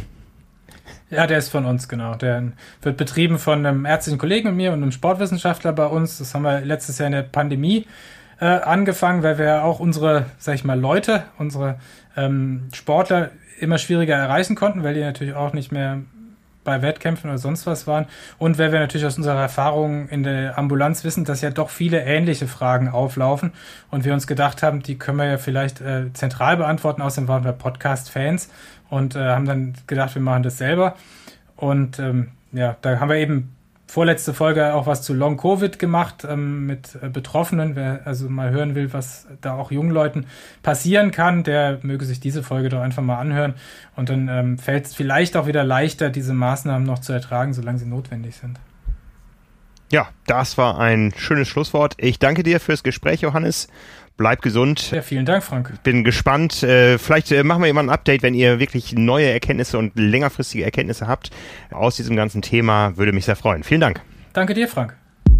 S2: Ja, der ist von uns, genau. Der wird betrieben von einem ärztlichen Kollegen und mir und einem Sportwissenschaftler bei uns. Das haben wir letztes Jahr in der Pandemie angefangen, weil wir auch unsere, sag ich mal, Leute, unsere Sportler immer schwieriger erreichen konnten, weil die natürlich auch nicht mehr bei Wettkämpfen oder sonst was waren. Und weil wir natürlich aus unserer Erfahrung in der Ambulanz wissen, dass ja doch viele ähnliche Fragen auflaufen und wir uns gedacht haben, die können wir ja vielleicht zentral beantworten. Außerdem waren wir Podcast-Fans und haben dann gedacht, wir machen das selber. Und da haben wir eben vorletzte Folge auch was zu Long-Covid gemacht mit Betroffenen. Wer also mal hören will, was da auch jungen Leuten passieren kann, der möge sich diese Folge doch einfach mal anhören. Und dann fällt es vielleicht auch wieder leichter, diese Maßnahmen noch zu ertragen, solange sie notwendig sind.
S1: Ja, das war ein schönes Schlusswort. Ich danke dir fürs Gespräch, Johannes. Bleib gesund.
S2: Ja, vielen Dank, Frank.
S1: Bin gespannt. Vielleicht machen wir immer ein Update, wenn ihr wirklich neue Erkenntnisse und längerfristige Erkenntnisse habt aus diesem ganzen Thema. Würde mich sehr freuen. Vielen Dank.
S2: Danke dir, Frank.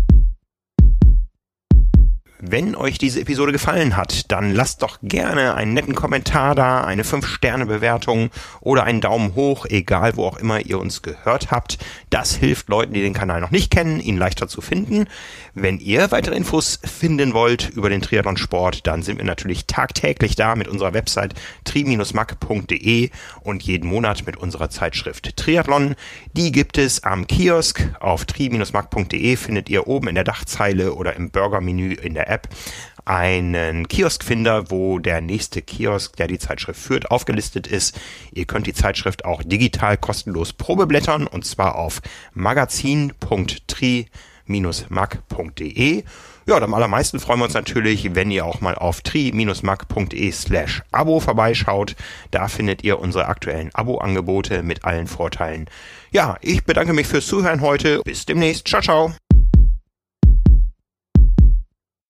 S1: Wenn euch diese Episode gefallen hat, dann lasst doch gerne einen netten Kommentar da, eine 5-Sterne-Bewertung oder einen Daumen hoch, egal wo auch immer ihr uns gehört habt. Das hilft Leuten, die den Kanal noch nicht kennen, ihn leichter zu finden. Wenn ihr weitere Infos finden wollt über den Triathlonsport, dann sind wir natürlich tagtäglich da mit unserer Website tri-mac.de und jeden Monat mit unserer Zeitschrift Triathlon. Die gibt es am Kiosk. Auf tri-mac.de findet ihr oben in der Dachzeile oder im Burgermenü in der App einen Kioskfinder, wo der nächste Kiosk, der die Zeitschrift führt, aufgelistet ist. Ihr könnt die Zeitschrift auch digital kostenlos probeblättern und zwar auf magazin.tri-mac.de. tri-mag.de. Ja, und am allermeisten freuen wir uns natürlich, wenn ihr auch mal auf tri-mag.de/Abo vorbeischaut. Da findet ihr unsere aktuellen Abo-Angebote mit allen Vorteilen. Ja, ich bedanke mich fürs Zuhören heute. Bis demnächst. Ciao, ciao.